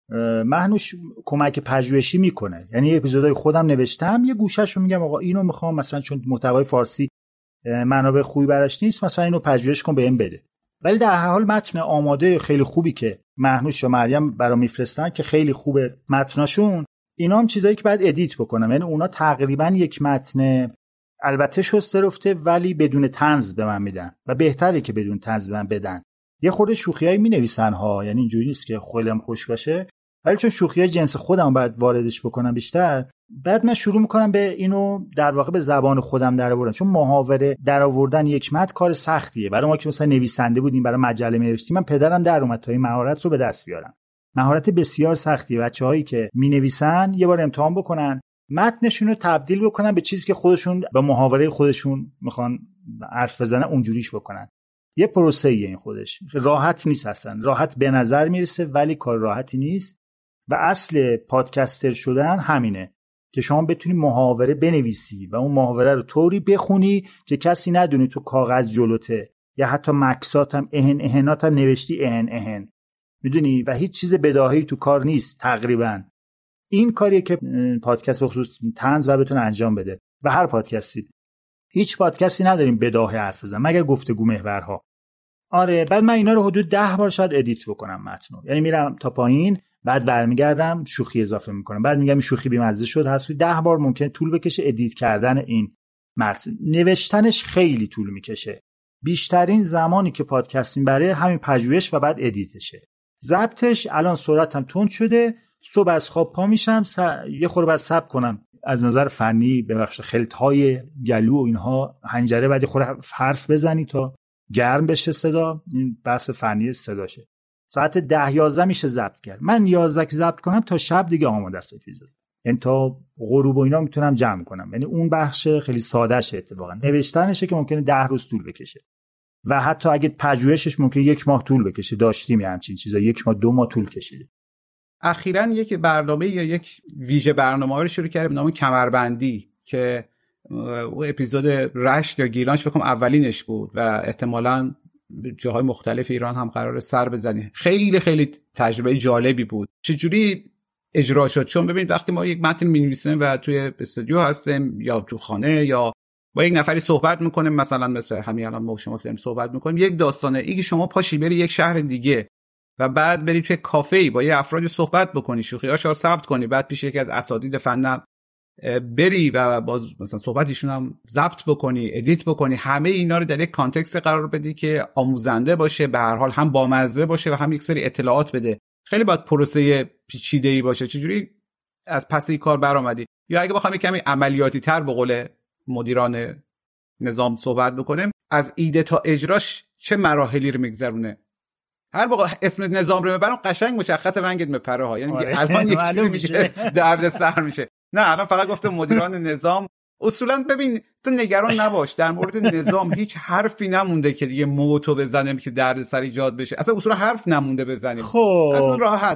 مهنوش کمک پژوهشی میکنه، یعنی اپیزودهای خودم نوشتم یه گوشه‌شو میگم آقا اینو میخوام مثلا چون محتوای فارسی منابع خوبی براش نیست مثلا اینو پژوهش کن بهم بده. ولی در هر حال متن آماده خیلی خوبی که مهنوش و مریم برام میفرستن که خیلی خوبه متناشون، اینا هم چیزایی که بعد ادیت بکنم، یعنی اونا تقریبا یک متن البته شسته رفته ولی بدون طنز به من میدن و بهتره که بدون طنز به من بدن. یه خورده شوخیایی مینویسن ها، یعنی اینجوری نیست که خیلی خوش باشه، ولی چون شوخیای جنس خودم بعد واردش بکنم بیشتر، بعد من شروع میکنم به اینو در واقع به زبان خودم درآوردن. چون محاوره درآوردن یک متن کار سختیه برای ما که مثلا نویسنده بودیم برای مجله می‌نویسیم. من پدرم در اومد تا این مهارت رو به دست بیارم. مهارت بسیار سختیه. بچه‌هایی که مینویسن یه بار امتحان بکنن متنشون رو تبدیل بکنن به چیزی که خودشون با محاوره خودشون میخوان حرف بزنن اونجوریش بکنن. یه پروسه‌ایه این خودش. راحت نیست اصلا. راحت به نظر میرسه ولی کار راحتی نیست. و اصل پادکستر شدن همینه که شما بتونی محاوره بنویسی و اون محاوره رو طوری بخونی که کسی ندونه تو کاغذ جلوته، یا حتی مکسات هم اهن اهنات هم نوشتی اهن اهن، میدونی، و هیچ چیز بداهه‌ای تو کار نیست تقریبا. این کاریه که پادکست بخصوص طنز و بتونه انجام بده. و هر پادکستی، هیچ پادکستی نداریم بداهه حرف بزنم مگر گفتگو محورها. آره، بعد من اینا رو حدود ده بار شاید ادیت بکنم متنو، یعنی میرم تا پایین بعد برمیگردم شوخی اضافه میکنم، بعد میگم این شوخی بی‌مزه شد، حسابی ده بار ممکنه طول بکشه ادیت کردن این متن. نوشتنش خیلی طول میکشه. بیشترین زمانی که پادکستین برای همین پژوهش و بعد ادیتشه. ضبطش الان سرعتم تند شده، صبح از خواب پا میشم س... یه خورده بعد صبر کنم از نظر فنی ببخش خلط‌های گلو و اینها حنجره بعد خورده حرف بزنی تا گرم بشه صدا، این بحث فنی صداشه. ساعت ده یازده میشه ضبط کرد. من یازده که ضبط کنم تا شب دیگه آماده است اپیزود، یعنی تا غروب و اینا میتونم جمع کنم. یعنی اون بخش خیلی ساده شه. اتفاقا نوشتنشه که ممکنه ده روز طول بکشه و حتی اگه پژوهشش ممکنه یک ماه طول بکشه. داشتیم همچین چیزا یک ماه دو ماه طول کشیده. اخیراً یک برنامه یا یک ویژه برنامه رو شروع کردیم به نام کمربندی که اون اپیزود رشت یا گیلانش فکر کنم اولینش بود و احتمالاً جاهای مختلف ایران هم قراره سر بزنه. خیلی خیلی تجربه جالبی بود. چجوری اجرا شد؟ چون ببینید وقتی ما یک متن می‌نویسیم و توی استودیو هستیم یا تو خانه یا با یک نفری صحبت می‌کنیم، مثلا مثل همین الان ما شما داریم صحبت می‌کنیم، یک داستانه ای که شما پاشی بری یک شهر دیگه و بعد بری توی کافه‌ای با یه افرادی صحبت بکنی، شوخی‌هاشو رو ثبت کنی، بعد پیش یکی از اساتید فن بری و باز مثلا صحبتشون هم ضبط بکنی، ادیت بکنی، همه اینا رو در یک کانتکست قرار بدی که آموزنده باشه، به هر حال هم بامزه باشه و هم یک سری اطلاعات بده. خیلی باید پروسه پیچیده‌ای باشه. چجوری از پس این کار برآمدی؟ یا اگه بخوام کمی عملیاتی تر به قول مدیران نظام صحبت بکنیم، از ایده تا اجراش چه مراحلی رو میگذرونه؟ هر موقع اسم نظام رو ببرم قشنگ مشخص رنگت مپره ها، یعنی الان یک چیزی میشه درد سر میشه. نه الان فقط گفتم مدیران نظام. اصولا ببین تو نگران نباش، در مورد نظام هیچ حرفی نمونده که دیگه موتو بزنیم که درد سر ایجاد بشه. اصلا اصولا حرف نمونده بزنیم. خب اصلا راحت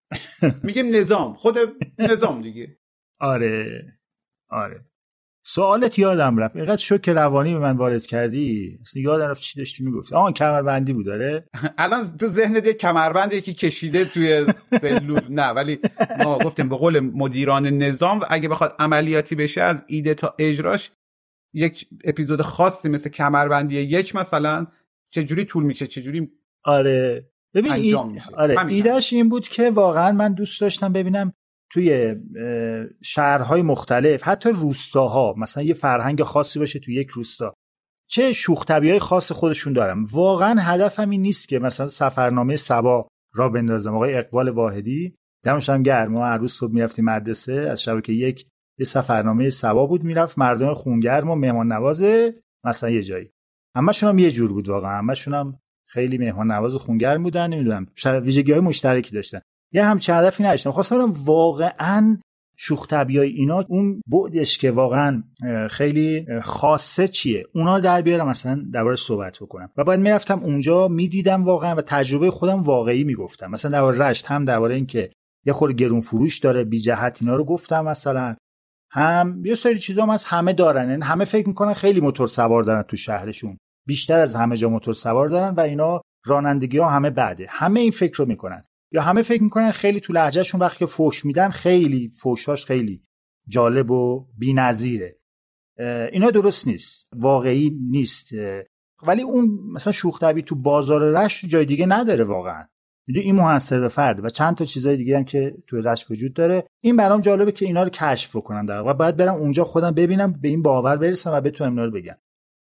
میگیم نظام، خود نظام دیگه. آره آره. سوالت یادم رفت، اینقدر شوک روانی به من وارد کردی، اصلا یادم رفت چی داشتی میگفتی. آها کمربندی بود. داره الان تو ذهنت یک کمربند یکی کشیده توی سلول. نه ولی ما گفتیم به قول مدیران نظام اگه بخواد عملیاتی بشه از ایده تا اجراش یک اپیزود خاصی مثل کمربندی یک مثلا چجوری طول میکشه، چجوری آره ببین انجام ای... میشه. آره ایدهش این بود که واقعا من دوست داشتم ببینم توی شهرهای مختلف، حتی روستاها، مثلا یه فرهنگ خاصی باشه توی یک روستا، چه شوخ طبیعی خاص خودشون دارن. واقعا هدفم این نیست که مثلا سفرنامه صبا را بندازم. آقای اقبال واحدی دمش هم گرم، ما هر روز صبح میرفتیم مدرسه، از شبکه یک یه سفرنامه صبا بود میرفت مردم خونگرم و مهمان نوازه مثلا یه جایی. همشون هم یه جور بود واقعا، همشون هم خیلی مهمان نواز و خونگرم بودن. نمیدونم ویژگی‌های مشترکی داشتن. یه همچین هدفی نداشتم. خواستم واقعا شوخ طبیعی اینا اون بعدش که واقعا خیلی خاصه چیه اونا رو در بیارم، مثلا دربارش صحبت بکنم. و بعد میرفتم اونجا میدیدم واقعا و تجربه خودم واقعی میگفتم. مثلا درباره رشت هم درباره این که یه خورده گرون فروش داره، بی جهت اینا رو گفتم مثلا. هم یه سری چیزا هم از همه دارن، یعنی همه فکر میکنن خیلی موتور سوار دارن تو شهرشون، بیشتر از همه جا موتور سوار دارن و اینا رانندگی ها همه بده. همه این فکر رو میکنن، یا همه فکر میکنن خیلی تو لهجهشون وقتی که فوش میدن خیلی فوشاش خیلی جالب و بی‌نظیره. اینا درست نیست، واقعی نیست. ولی اون مثلا شوخ طبعی تو بازار رشت جای دیگه نداره واقعا. این منحصر به فرد و چند تا چیزای دیگه هم که تو رشت وجود داره. این برام جالبه که اینا رو کشف کنم در واقع. باید برم اونجا خودم ببینم، به این باور برسم و بتونم اینا رو بگم.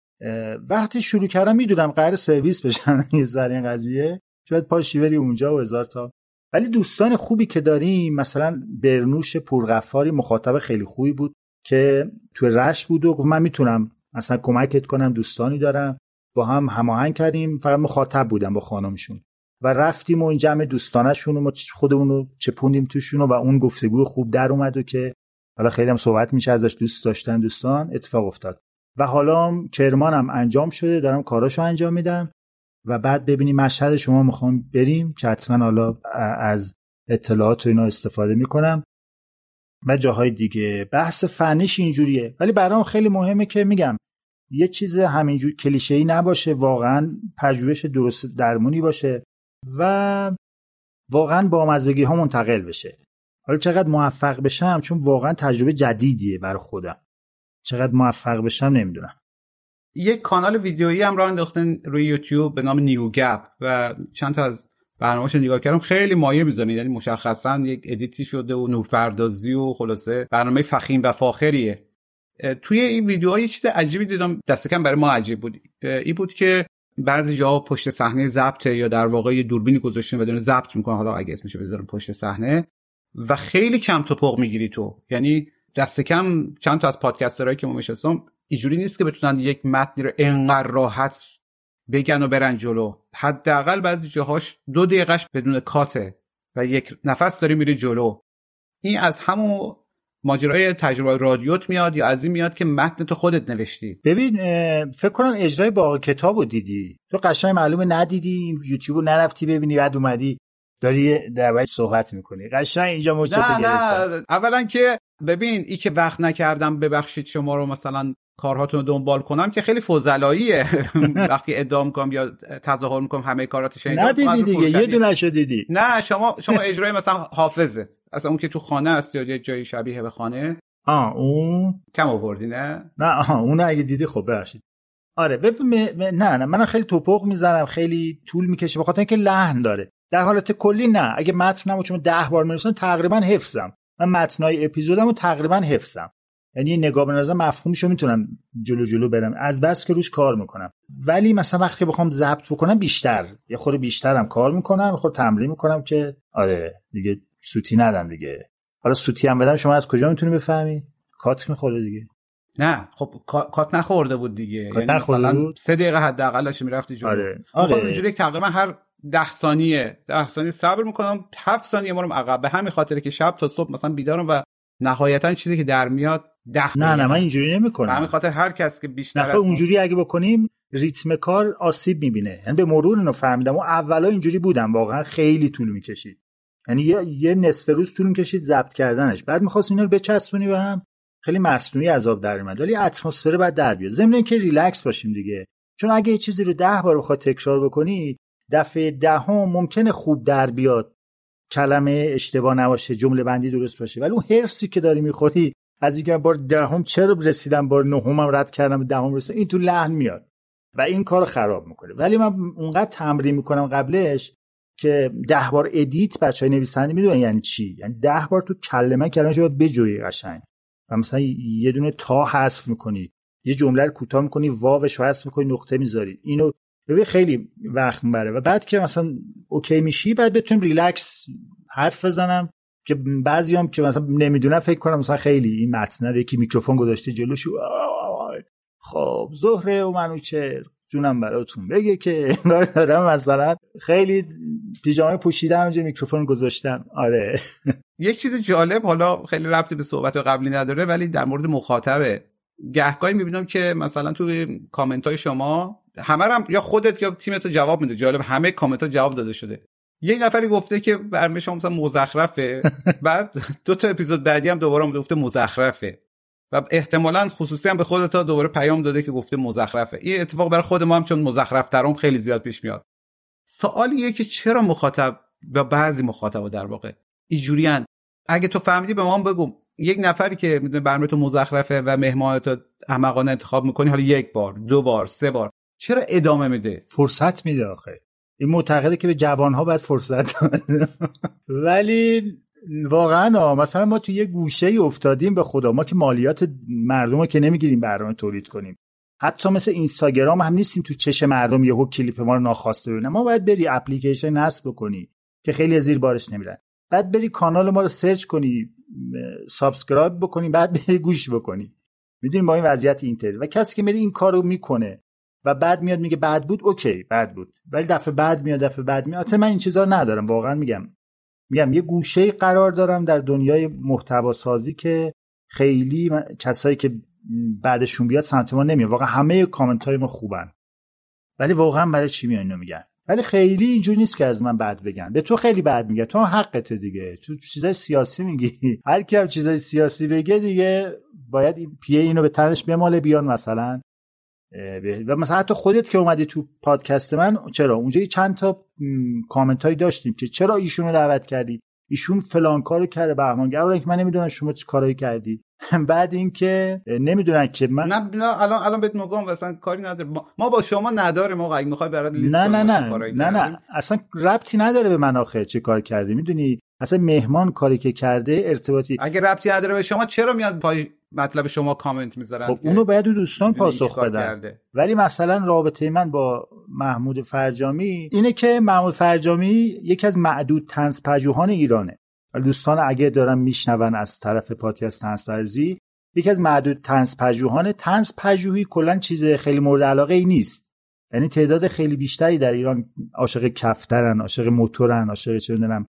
وقتی شروع کردم میدونم قرار سرویس بشن یه ذره این قضیه، شاید پاشی بری اونجا و هزار تا. ولی دوستان خوبی که داریم، مثلا برنوش پورغفاری مخاطب خیلی خوبی بود که تو رشت بود و گفت من میتونم مثلا کمکت کنم، دوستانی دارم، با هم هماهنگ کردیم. فقط مخاطب بودم با خانمشون و رفتیم و این جمع دوستانشون رو ما خودمون رو چپوندیم توشون و اون گفتگو خوب در اومد و که حالا خیلی هم صحبت میشه ازش، دوست داشتن دوستان، اتفاق افتاد. و حالا کرمان هم انجام شده، دارم کاراشو انجام میدم و بعد ببینیم مشهد شما میخوام بریم که حتما حالا از اطلاعات و اینا استفاده میکنم و جاهای دیگه. بحث فنیش اینجوریه، ولی برام خیلی مهمه که میگم یه چیز همینجور کلیشه‌ای نباشه، واقعا پژوهش درست درمونی باشه و واقعا با مزگی ها منتقل بشه. حالا چقدر موفق بشم، چون واقعا تجربه جدیدیه برای خودم، چقدر موفق بشم نمیدونم. یک کانال ویدیویی هم راه انداختن روی یوتیوب به نام نیو گپ و چند تا از برنامه‌اش نگاه کردم، خیلی مایه می‌زنه، یعنی مشخصاً یک ادیتی شده و نورپردازی و خلاصه برنامه فخیم و فاخریه. توی این ویدیوها یه چیز عجیبی دیدم، دست کم برای ما عجیب بود. این بود که بعضی جاها پشت صحنه ضبط یا در واقع یه دوربینی گذاشتن و دارن ضبط میکنن، حالا اگه اسمش بذارم پشت صحنه، و خیلی کم توپق میگیری تو. یعنی دست کم چند تا از پادکسترایی که ما میشناسم اینجوری نیست که بتونن یک متنی رو انقدر راحت بگن و برن جلو. حداقل بعضی جاهاش دو دقیقهش بدون کاته و یک نفس داری میری جلو. این از همون ماجرای تجربه رادیوت میاد یا از این میاد که متن تو خودت نوشتی؟ ببین فکر کنم اجرای باغ کتابو دیدی تو، قشنگ معلومه ندیدی، یوتیوبو نرفتی ببینی، بعد اومدی داری درباره صحبت میکنی. قشنگ اینجا موچت گرفتم. نه نه اولا که ببین این که وقت نکردم ببخشید شما رو مثلا کارهاتون رو دنبال کنم که خیلی فوزلاییه. وقتی ادعا میکنم یا تظاهر میکنم همه کارات شنیدم، ندیدی دیگه، یه دونه شو دیدی. نه شما شما اجرای مثلا حافظه، اصلا اون که تو خانه است یا یه جای شبیه به خانه، آ اون کم آوردی نه؟ نه آها اون اگه دیدی خب ببخشید. آره ببین م... نه نه من خیلی توپق میزنم، خیلی طول میکشه، بخاطر اینکه لحن داره. در حالت کلی نه، اگه متنمو چون ده بار میرسن تقریبا حفظم. من متنای اپیزودمو تقریبا حفظم، یعنی نگاه به نظر مفهومشو میتونم جلو جلو برم از بس که روش کار میکنم. ولی مثلا وقتی بخوام ضبط بکنم بیشتر یه خورده بیشترم کار میکنم، یه خورده تمرین میکنم که آره دیگه سوتی ندم دیگه. حالا سوتی هم بدم شما از کجا میتونی بفهمی؟ کات میخوره دیگه. نه خب کات نخورده بود دیگه، یعنی مثلا سه دقیقه حداقلش میرفتی جلو. آره آره خب اینجوری تقریبا هر ده ثانیه ده ثانیه صبر میکنم، هفت ثانیه میرم عقب. به همین خاطره که شب تا صبح مثلا بیدارم و نهایتا چیزی که در میاد ده. نه نه من اینجوری نمیکنم. به همین خاطر هر کس که بیشتر از اونجوری اگه بکنیم ریتم کار آسیب میبینه. یعنی به مرور اینو فهمیدم و اولا اینجوری بودم، واقعا خیلی طول میکشید، یعنی یه, یه نصف روز طول میکشید ضبط کردنش. بعد می‌خواست اینا رو بچسبونی به هم، خیلی مصنوعی عذاب در میاد. ولی اتمسفر بعد در بیاد، ضمن اینکه ریلکس باشیم دیگه. چون اگه یه چیزی رو ده بار بخواد تکرار بکنی، دفعه دهم ممکنه خوب در بیاد، کلمه اشتباه نباشه، جمله بندی درست باشه. ولی اون حرفی که داری میخوری از اینکه بار دهم چرا رسیدم، بار نهمم رد کردم، دهم رسیدم، این تو لحن میاد و این کارو خراب میکنه. ولی من اونقدر تمرین میکنم قبلش که ده بار ادیت، بچهای نویسنده میدونن یعنی چی، یعنی ده بار تو کلمه کلمه‌شو باید بجویی قشنگ. و مثلا یه دونه تا حذف میکنی، یه جمله رو کوتاه میکنی، واوش حذف میکنی، نقطه میذاری. اینو ببین خیلی وقت میبره و بعد که مثلا اوکی میشی بعد بتونیم ریلکس حرف بزنم. که بعضیام که مثلا نمیدونن فکر کنم مثلا خیلی این متن رو یکی میکروفون گذاشته جلوش، خب زهره و منوچهر جونم براتون بگه که دارم مثلا خیلی پیژامه پوشیدم اونجا میکروفون گذاشتم. آره یک چیز جالب، حالا خیلی ربطی به صحبت قبلی نداره ولی در مورد مخاطبه، گهگاهی میبینم که مثلا تو کامنت های شما همه هم یا خودت یا تیمت جواب میده. جالب همه کامنت ها جواب داده شده. یک نفری گفته که برنامه شما مثلا مزخرفه، بعد دو تا اپیزود بعدی هم دوباره گفته مزخرفه و احتمالاً خصوصی هم به خودت دوباره پیام داده که گفته مزخرفه. این اتفاق برای خود ما هم چون مزخرف ترام خیلی زیاد پیش میاد. سوالیه که چرا مخاطب و بعضی مخاطبا در واقع اینجوریان؟ اگه تو فهمیدی به ما هم بگو. یک نفری که میدونه برنامه تو مزخرفه و مهمانتو احمقانه انتخاب میکنی، حالا یک بار، دو بار، سه بار، چرا ادامه میده؟ فرصت میده آخه. این معتقده که به جوانها باید فرصت بده. ولی واقعا مثلا ما تو یه گوشه ای افتادیم به خدا، ما که مالیات مردم رو که نمیگیریم برنامه تولید کنیم، حتی مثل اینستاگرام هم نیستیم تو چش مردم یهو کلیپ ما رو ناخواسته ببینن. ما باید بری اپلیکیشن نصب کنی که خیلی زیر بارش نمیرن، بعد بری کانال ما رو سرچ کنی، سابسکرایب بکنی، بعد بری گوش بکنی. میدونیم با این وضعیت اینترنت و کسی که میره این کارو میکنه و بعد میاد میگه بد بود، اوکی بد بود، ولی دفعه بعد میاد دفعه بعد میاد. البته من این چیزا رو ندارم، واقعا میگم میگم یه گوشه‌ای قرار دارم در دنیای محتوا سازی که خیلی من... کسایی که بعدشون بیاد سمت ما نمیاد. واقعا همه کامنت‌های ما خوبن، ولی واقعا برای چی میان اینو میگن؟ ولی خیلی اینجوری نیست که از من بد بگن. به تو خیلی بد میگه، تو حقته دیگه، تو چیزای سیاسی میگی. هر کی هم چیزای سیاسی بگه دیگه باید این پیه اینو به تنش بماله بیان مثلا. و مثلا حتی خودت که اومدی تو پادکست من، چرا اونجا چند تا کامنتایی داشتیم که چرا ایشونو دعوت کردی، ایشون فلان کارو کرده، بهمان اولا که من نمیدونم شما چه کارایی کردی، بعد اینکه نمیدونن که من نه نه الان الان بهت میگم مثلا کاری نداره، ما با شما نداریم آقا، اگه میخوای برات لیست نه نه نه نه نه اصلا ربطی نداره به من آخه چه کار کردی. میدونی اصلا مهمان کاری که کرده ارتباطی اگه ربطی نداره به شما، چرا میاد پای مطلب شما کامنت میذارن؟ خب اونو باید دوستان پاسخ بدن. ولی مثلا رابطه من با محمود فرجامی اینه که محمود فرجامی یکی از معدود طنز پژوهان ایرانه. دوستان اگه دارن میشنون از طرف پادکست طنز ورزی، یکی از معدود طنز پژوهان. طنز پژوهی کلا چیز خیلی مورد علاقه ای نیست، یعنی تعداد خیلی بیشتری در ایران عاشق کفترن، عاشق موتورن، عاشق چه میدونم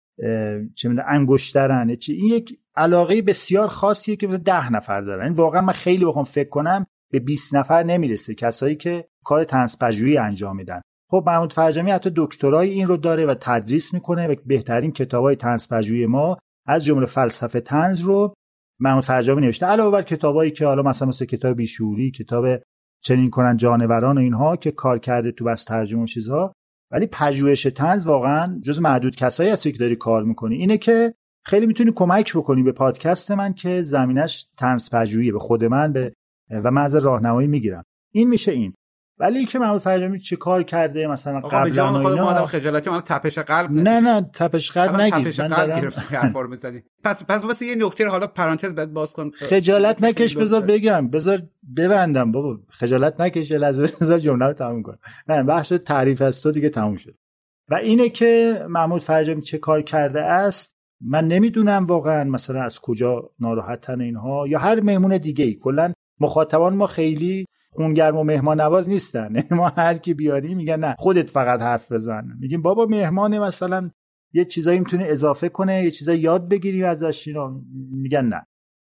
چه میدونم انگشترن. چی این یک علاقه بسیار خاصیه که مثلا ده نفر دارن. این واقعا من خیلی بخوام فکر کنم به بیست نفر نمیرسه کسایی که کار طنز پژوهی انجام میدن. خب محمود فرجامی حتی دکترای این رو داره و تدریس میکنه و بهترین کتابای طنز پژوهی ما از جمله فلسفه طنز رو محمود فرجامی نوشته، علاوه بر کتابایی که حالا مثلا مثل کتاب بیشوری، کتاب چنین کنن جانوران و اینها که کار کرده تو بس ترجمه و چیزها. ولی پژوهش طنز واقعا جز معدود کسایی هستی که داری کار میکنی. اینه که خیلی میتونی کمک بکنی به پادکست من که زمینش طنز پژوهیه، به خود من به و من از راهنمایی میگیرم. این میشه این. ولی که محمود فرجامی چه کار کرده مثلا قبلا خود ما آدم خجالتی من تپش قلب نه نه تپش قلب نگیر، تپش قلب گرفت حرفا میزدی. پس پس واسه یه نکته حالا پرانتز بعد باز کن. خجالت نکش، بذار بگم، بذار ببندم بابا. خجالت نکش، لازم بذار جمله رو تموم کنم. نه بحث تعریف از تو دیگه تموم شد. و اینه که محمود فرجامی چه کار کرده است من نمیدونم واقعا، مثلا از کجا ناراحتن اینها یا هر مهمون دیگه‌ای. کلا مخاطبان ما خیلی خونگرم و مهمان نواز نیستن. ما هر کی بیاری میگن نه خودت فقط حرف بزن. میگیم بابا مهمان مثلا یه چیزایی میتونه اضافه کنه، یه چیزایی یاد بگیریم ازش، اینا میگن نه.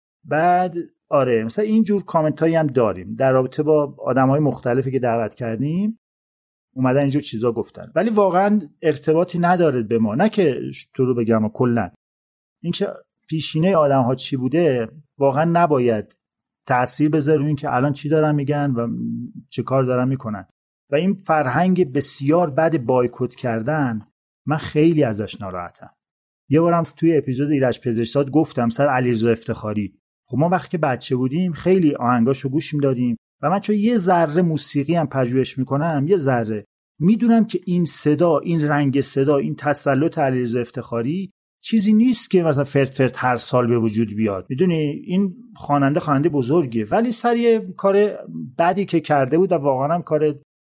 بعد آره مثلا اینجور کامنتایی هم داریم در رابطه با آدمای مختلفی که دعوت کردیم، اومدن اینجور چیزا گفتن، ولی واقعا ارتباطی نداره به ما. نه که تو رو بگم کلا اینکه پیشینه آدم‌ها چی بوده واقعا نباید تأثیر بذاره این که الان چی دارن میگن و چه کار دارن میکنن. و این فرهنگ بسیار بد بایکوت کردن من خیلی ازش ناراحتم. یه بارم توی اپیزود ایرج پزشکزاد گفتم سر علیرضا افتخاری. خب ما وقتی که بچه بودیم خیلی آهنگاشو گوش میدادیم و من چون یه ذره موسیقی هم پژوهش میکنم، یه ذره میدونم که این صدا، این رنگ صدا، این تسلط علیرضا افتخاری چیزی نیست که مثلا فرد فرد هر سال به وجود بیاد. میدونی این خواننده خواننده بزرگیه، ولی سر یه کار بدی که کرده بود و واقعا هم کار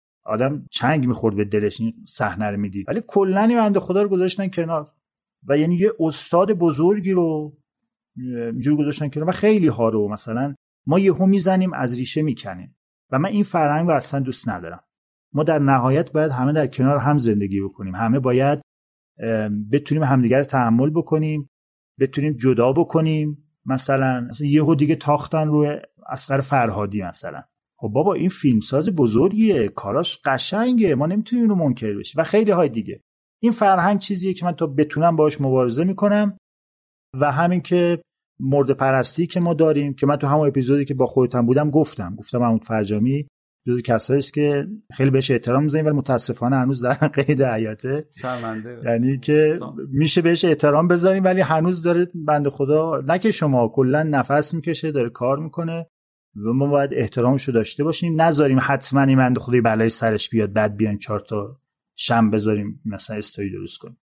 آدم چنگ میخورد به دلش این صحنه رو میدید، ولی کلا این بنده خدا رو گذاشتن کنار و یعنی یه استاد بزرگی رو اینجوری گذاشتن کنار و خیلی ها رو مثلا ما یهو میزنیم از ریشه میکنیم و من این فرهنگ رو اصلا دوست ندارم. ما در نهایت باید همه در کنار هم زندگی بکنیم، همه باید بتونیم همدیگر رو تحمل بکنیم، بتونیم جدا بکنیم. مثلا مثلا یهو دیگه تاختن روی اصغر فرهادی مثلا. خب بابا این فیلمساز بزرگیه، کاراش قشنگه، ما نمیتونیم اینو منکر بشیم و خیلی های دیگه. این فرهنگ چیزیه که من تا بتونم باهاش مبارزه میکنم و همین که مورد پرستی که ما داریم که من تو همون اپیزودی که با خودتم بودم گفتم گفتم محمود فرجامی جزو کسایی است که خیلی بهش احترام می‌ذاریم ولی متاسفانه هنوز در قید حیاته، شرمنده، یعنی که میشه بهش احترام بذاریم ولی هنوز داره بنده خدا، نه که شما، کلا نفس میکشه، داره کار میکنه و ما باید احترامشو داشته باشیم، نذاریم حتما این بنده خدای بلای سرش بیاد بعد بیان چهار تا شم بذاریم مثلا استوری درست کنیم.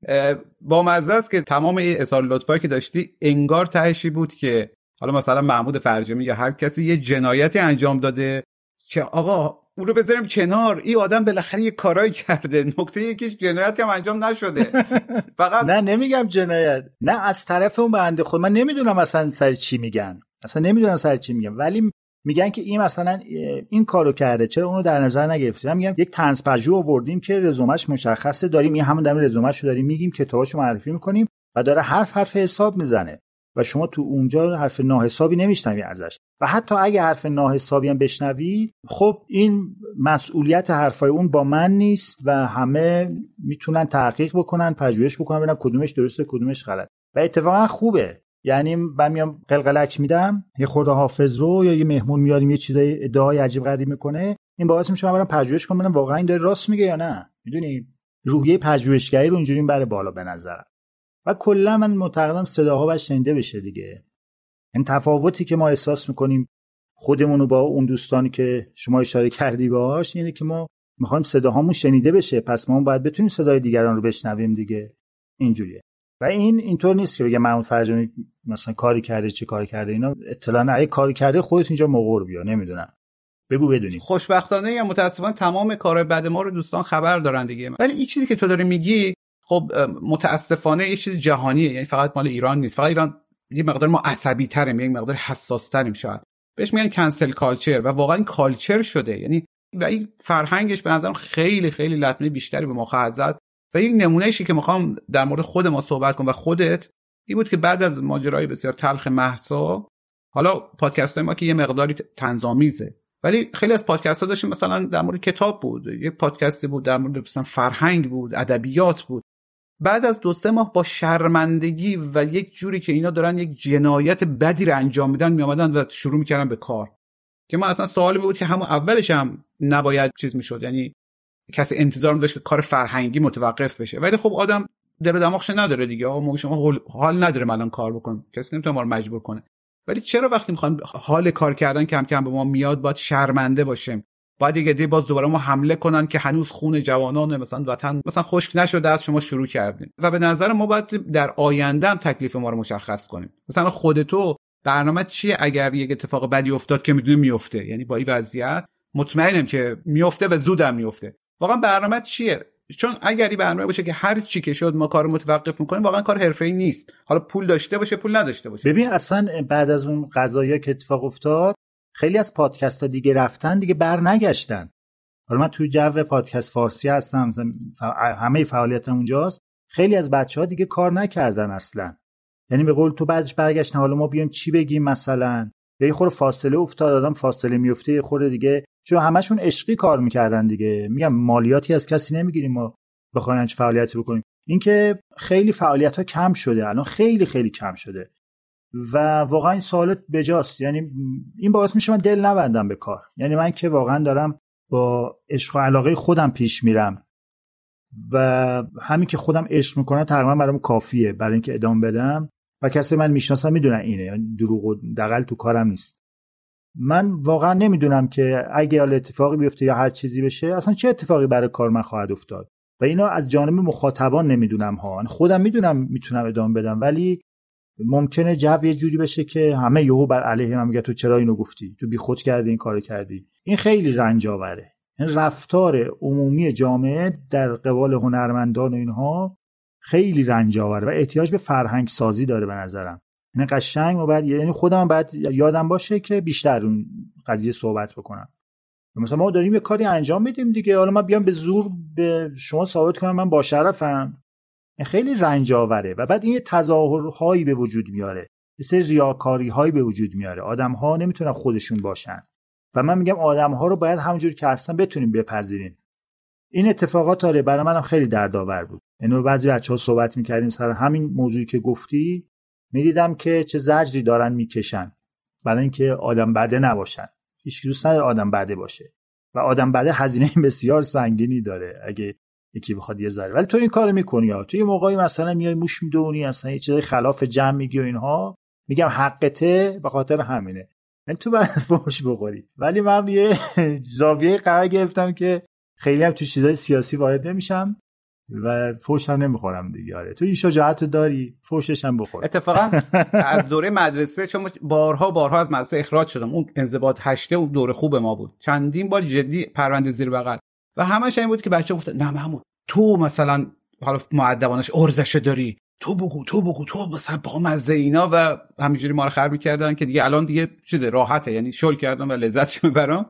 با مزه است که تمام این اظهار لطفایی که داشتی انگار تهشی بود که حالا مثلا محمود فرجامی یا هر کسی یه جنایتی انجام داده که آقا اون رو بذاریم کنار، این آدم بالاخره یه کارایی کرده، نکته یکیش جنایتی هم انجام نشده. فقط نه نمیگم جنایت، نه از طرف اون بنده خود، من نمیدونم اصلا سر چی میگن، اصلا نمیدونم سر چی میگن، ولی میگن که این مثلا این کارو کرده، چرا اونو در نظر نگرفتیم؟ من میگم یک طنزپژوه آوردیم که رزومش مشخصه، داریم این همون دم رزومه‌شو داریم میگیم، کتاباشو معرفی میکنیم و داره حرف حرف حساب میزنه و شما تو اونجا حرف ناحسابی نمیشنوی ازش و حتی اگه حرف ناحسابی هم بشنوی، خب این مسئولیت حرفای اون با من نیست و همه میتونن تحقیق بکنن، پژوهش بکنن ببینن کدومش درسته کدومش غلط و اتفاقا خوبه. یعنی من میام قلقلک میدم یه خورده حافظ رو یا یه مهمون میاریم یه چیزای ادعای عجیب غریب میکنه، این باعث میشه من برام پژوهش کنم ببینم واقعا این داره راست میگه یا نه. میدونی روحیه پژوهشگری رو اینجوری بره بالا به نظرم. و کلا من معتقدم صداها باید شنیده بشه دیگه. این تفاوتی که ما احساس میکنیم خودمون رو با اون دوستانی که شما اشاره کردی باهاش اینه که ما میخوایم صداهامون شنیده بشه، پس ما باید بتونیم صدای دیگران رو بشنویم دیگه. اینجوریه. و این اینطور نیست که بگم محمود فرجامی مثلا کاری کرده چه کاری کرده، اینا اطلاع نه، اگه کاری کرده خودت اینجا مقر بیا، نمیدونم بگو بدونی. خوشبختانه یا متاسفانه تمام کارهای بد ما رو دوستان خبر دارن دیگه. ولی این چیزی که تو داری میگی خب متاسفانه یه چیز جهانیه، یعنی فقط مال ایران نیست، فقط ایران یه مقدار ما عصبی تریم، یه مقدار حساس تریم، شاید بهش میگن کنسل کالچر و واقعا این کالچر شده، یعنی و این فرهنگش به نظرم خیلی خیلی لطمه بیشتری به ما خواهد زد. و یک نمونه‌ایشی که میخوام در مورد خود ما صحبت کنم و خودت این بود که بعد از ماجرای بسیار تلخ مهسا، حالا پادکست ما که یه مقداری طنزآمیزه ولی خیلی از پادکست‌ها داشتیم مثلا در مورد کتاب بود، یه پادکستی بود در مورد مثلا فرهنگ بود، ادبیات بود، بعد از دو سه ماه با شرمندگی و یک جوری که اینا دارن یک جنایت بدی رو انجام میدن میامدن و شروع میکردن به کار که ما اصلا سوالی بود که همون اولش هم نباید چیز میشد، یعنی کسی انتظار داشت که کار فرهنگی متوقف بشه، ولی خب آدم دل و دماغش نداره دیگه، آقا شما حال نداره الان کار بکن، کسی نمیتونه ما رو مجبور کنه. ولی چرا وقتی میخوان حال کار کردن کم کم به ما میاد باید شرمنده باشیم، باید دیگه دی باز دوباره ما حمله کنن که هنوز خون جوانان مثلا وطن مثلا خشک نشده از شما شروع کردیم. و به نظر ما باید در آینده هم تکلیف ما رو مشخص کنیم. مثلا خودتو برنامه چیه اگر یک اتفاق بدی افتاد که میدونی میفته، یعنی با این وضعیت مطمئنم که میفته و زودم میفته، واقعا برنامه چیه؟ چون اگر این برنامه باشه که هر چی که شد ما کارو متوقف میکنیم، واقعا کار حرفه‌ای نیست، حالا پول داشته باشه پول نداشته باشه. ببین اصلا بعد از اون قضایا که اتفاق افتاد خیلی از پادکست‌ها دیگه رفتن دیگه بر نگشتن. حالا من توی جو پادکست فارسی هستم، مثلا همه فعالیتم اونجاست، خیلی از بچه‌ها دیگه کار نکردن اصلا، یعنی به قول تو بعدش برگشتن حالا ما بیایم چی بگیم مثلا، یا یه خورده فاصله افتاد، آدم فاصله میفته یه خورده دیگه، چون همشون عشقی کار میکردن دیگه. میگم مالیاتی از کسی نمیگیریم ما بخوایم هیچ فعالیتی بکنیم. اینکه خیلی فعالیت‌ها کم شده الان، خیلی خیلی کم شده و واقعا این سوالات بجاست، یعنی این باعث میشه من دل نبندم به کار. یعنی من که واقعا دارم با عشق و علاقه خودم پیش میرم و همین که خودم عشق میکنم تقریبا برام کافیه برای اینکه ادامه بدم و کسی من میشناسم میدونن اینه، یعنی دروغ و دغل تو کارم نیست. من واقعا نمیدونم که اگه حال اتفاقی بیفته یا هر چیزی بشه اصلا چه اتفاقی برای کار من خواهد افتاد و اینا از جانب مخاطبان نمیدونم ها. خودم میدونم میتونم ادامه بدم ولی ممکنه جو یه جوری بشه که همه یهو بر علیه من میگه تو چرا اینو گفتی، تو بیخود کردی این کارو کردی. این خیلی رنج آوره. این رفتار عمومی جامعه در قبال هنرمندان و اینها خیلی رنج آوره و احتیاج به فرهنگ سازی داره به نظرم. یعنی قشنگ و بعد یعنی خودم بعد یادم باشه که بیشتر اون قضیه صحبت بکنم. مثلا ما داریم یه کاری انجام میدیم دیگه، حالا من بیام به زور به شما ثابت کنم من با شرفم، خیلی رنج آوره و بعد این تظاهرهایی به وجود میاره، یه سری ریاکاری‌هایی به وجود میاره، آدم‌ها نمیتونن خودشون باشن و من میگم آدم‌ها رو باید همونجوری که هستن بتونیم بپذیریم. این اتفاقات آره برای منم خیلی دردآور بود، یعنی بعضی بچه‌ها صحبت می‌کردیم سر همین موضوعی که گفتی، می‌دیدم که چه زجری دارن میکشن برای اینکه آدم بده نباشن. هیچ دوست نداره آدم بده باشه و آدم بده هزینه بسیار سنگینی داره اگه یکی بخواد یه ذره. ولی تو این کارو می‌کنی ها، تو یه موقعی مثلا میای موش میدونی، اصلا یه چیزای خلاف جمع میگی و اینها، میگم حقته به خاطر همینه، من تو باید فحش بخوری. ولی من یه زاویه قرار گرفتم که خیلی هم تو چیزای سیاسی وارد نمیشم و فحش هم نمیخورم دیگه. آره تو این شجاعت داری، فحشش هم بخور. اتفاقا از دوره مدرسه چون بارها بارها از مدرسه اخراج شدم، اون انضباط هشته اون دوره خوب ما بود، چندین بار جدی پرونده زیر بغل و همش این بود که بچه‌ها گفتن نه محمود تو مثلا حالا مؤدبانش ارزش داری، تو بگو تو بگو تو مثلا با مزه اینا و همینجوری ما رو خراب می‌کردن که دیگه الان دیگه چیز راحته، یعنی شل کردم و لذتش میبرم.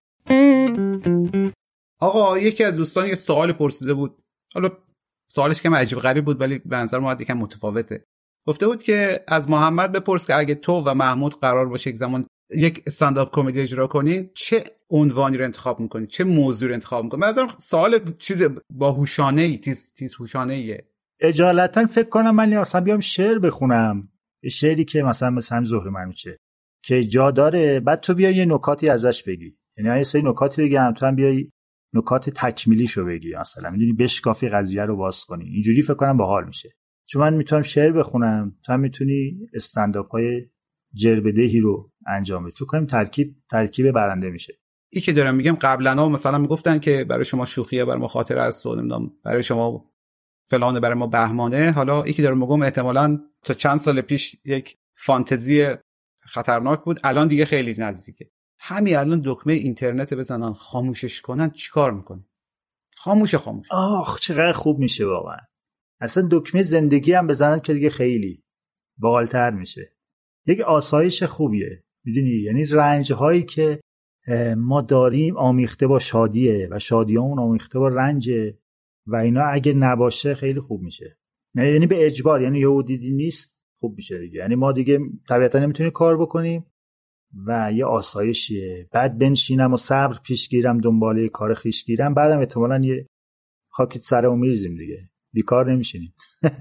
آقا یکی از دوستان یه سوال پرسیده بود، حالا سوالش که عجیب غریب بود ولی به نظر من یکم متفاوته. گفته بود که از محمد بپرس که اگه تو و محمود قرار باشه یک زمان یک استندآپ کمدی اجرا کنین چه عنوانی رو انتخاب میکنید، چه موضوعی رو انتخاب میکنید؟ به نظر سوال چیز باهوشانه‌ای، تیز تیز هوشانه‌ایه. اجالتا فکر کنم من اصلا بیام شعر بخونم، شعری که مثلا مثلا زهر منوچه که جا داره، بعد تو بیا یه نکاتی ازش بگی، یعنی یه سری نکاتی بگم تو هم بیای نکات تکمیلیشو بگی، مثلا میدونی بشکافی قضیه رو باز کنی. اینجوری فکر کنم باحال میشه، چون من میتونم شعر بخونم، تو هم میتونی استندآپ‌های جربدهی رو انجام بدی. فکر کنم ترکیب ترکیب برنده میشه. این که دارم میگم قبلا مثلا میگفتن که برای شما شوخیه، برای ما خاطره است، نمیدونم برای شما فلانه، برای ما بهمانه. حالا این که دارم میگم احتمالاً تا چند سال پیش یک فانتزی خطرناک بود، الان دیگه خیلی نزدیکه. همین الان دکمه اینترنت بزنن خاموشش کنن چیکار میکنه؟ خاموش خاموش. آخ چقدر خوب میشه واقعا. اصلا دکمه زندگی هم بزنن که دیگه خیلی باحال‌تر میشه. یک آسایش خوبیه، میدونی، یعنی رنج هایی که ما داریم آمیخته با شادیه و شادیامون آمیخته با رنجه و اینا اگه نباشه خیلی خوب میشه. نه یعنی به اجبار، یعنی یهو دیدی نیست خوب میشه دیگه. یعنی ما دیگه طبیعتا نمیتونیم کار بکنیم و یه آسایشیه. بعد بنشینم و صبر پیش گیرم دنباله کار خیش گیرم، بعدم احتمالاً یه خاکت سرمون میریزیم دیگه، بیکار نمیشینیم.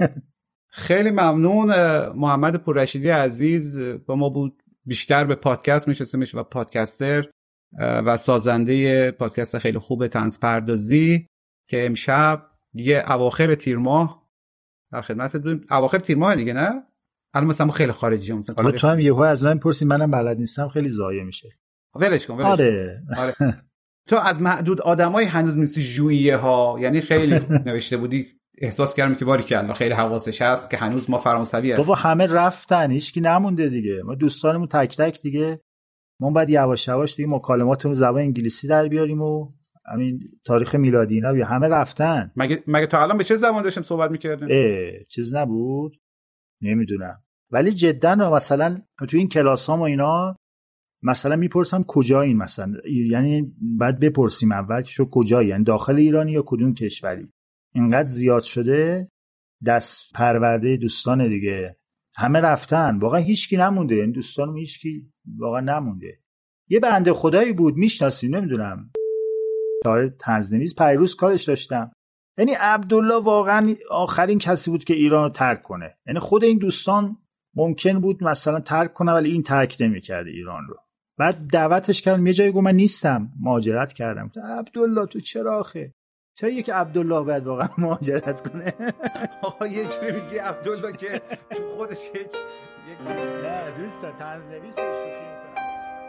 خیلی ممنون. محمد پوررشیدی عزیز با ما بود، بیشتر به پادکست میشناسیمش و پادکستر و سازنده پادکست خیلی خوب طنز پردازی که امشب یه اواخر تیر ماه در خدمت بودیم. اواخر تیر ماه دیگه نه؟ الان مثلا خیلی خارجی مثلا حالا تو هم یهو از من میپرسی منم بلد نیستم، خیلی ضایع میشه. ولش کن ولش آره. آره. تو از معدود آدمای هنوز مثل ژوئیه ها، یعنی خیلی نوشته بودی احساس کردم که باری کلا خیلی حواسش هست که هنوز ما فرانسوی هستیم. بابا همه رفتن، هیچ کی نمونده دیگه. ما دوستانمون تک تک دیگه، ما بعد یواش یواش دیگه مکالماتمون زبان انگلیسی در بیاریم و همین تاریخ میلادی اینا بیا، همه رفتن. مگه مگه تا الان به چه زبان داشتیم صحبت می‌کردیم؟ اه چیز نبود نمیدونم. ولی جدا مثلا تو این کلاسام و اینا مثلا میپرسم کجایین، مثلا یعنی بعد بپرسیم اول که شو کجایی، یعنی داخل ایرانی یا کدوم کشوری. اینقدر زیاد شده دست پرورده دوستان دیگه، همه رفتن واقعا، هیچکی نمونده. یعنی دوستانم هیچکی واقعا نمونده. یه بنده خدایی بود میشناسیم، نمیدونم داره طنزنویس، پیروز کارش داشتم، یعنی عبدالله واقعا آخرین کسی بود که ایران رو ترک کنه. یعنی خود این دوستان ممکن بود مثلا ترک کنه ولی این ترک نمی‌کرد ایران رو. بعد دعوتش کردم یه جایی گفت من نیستم، مهاجرت کردم. عبدالله تو چرا آخه چرا یک عبدالله باید واقعا مهاجرت کنه؟ آقا یه جوری میگی عبدالله که تو خودش یک یک نه دوستا طنزنویس شوخی می‌کنه.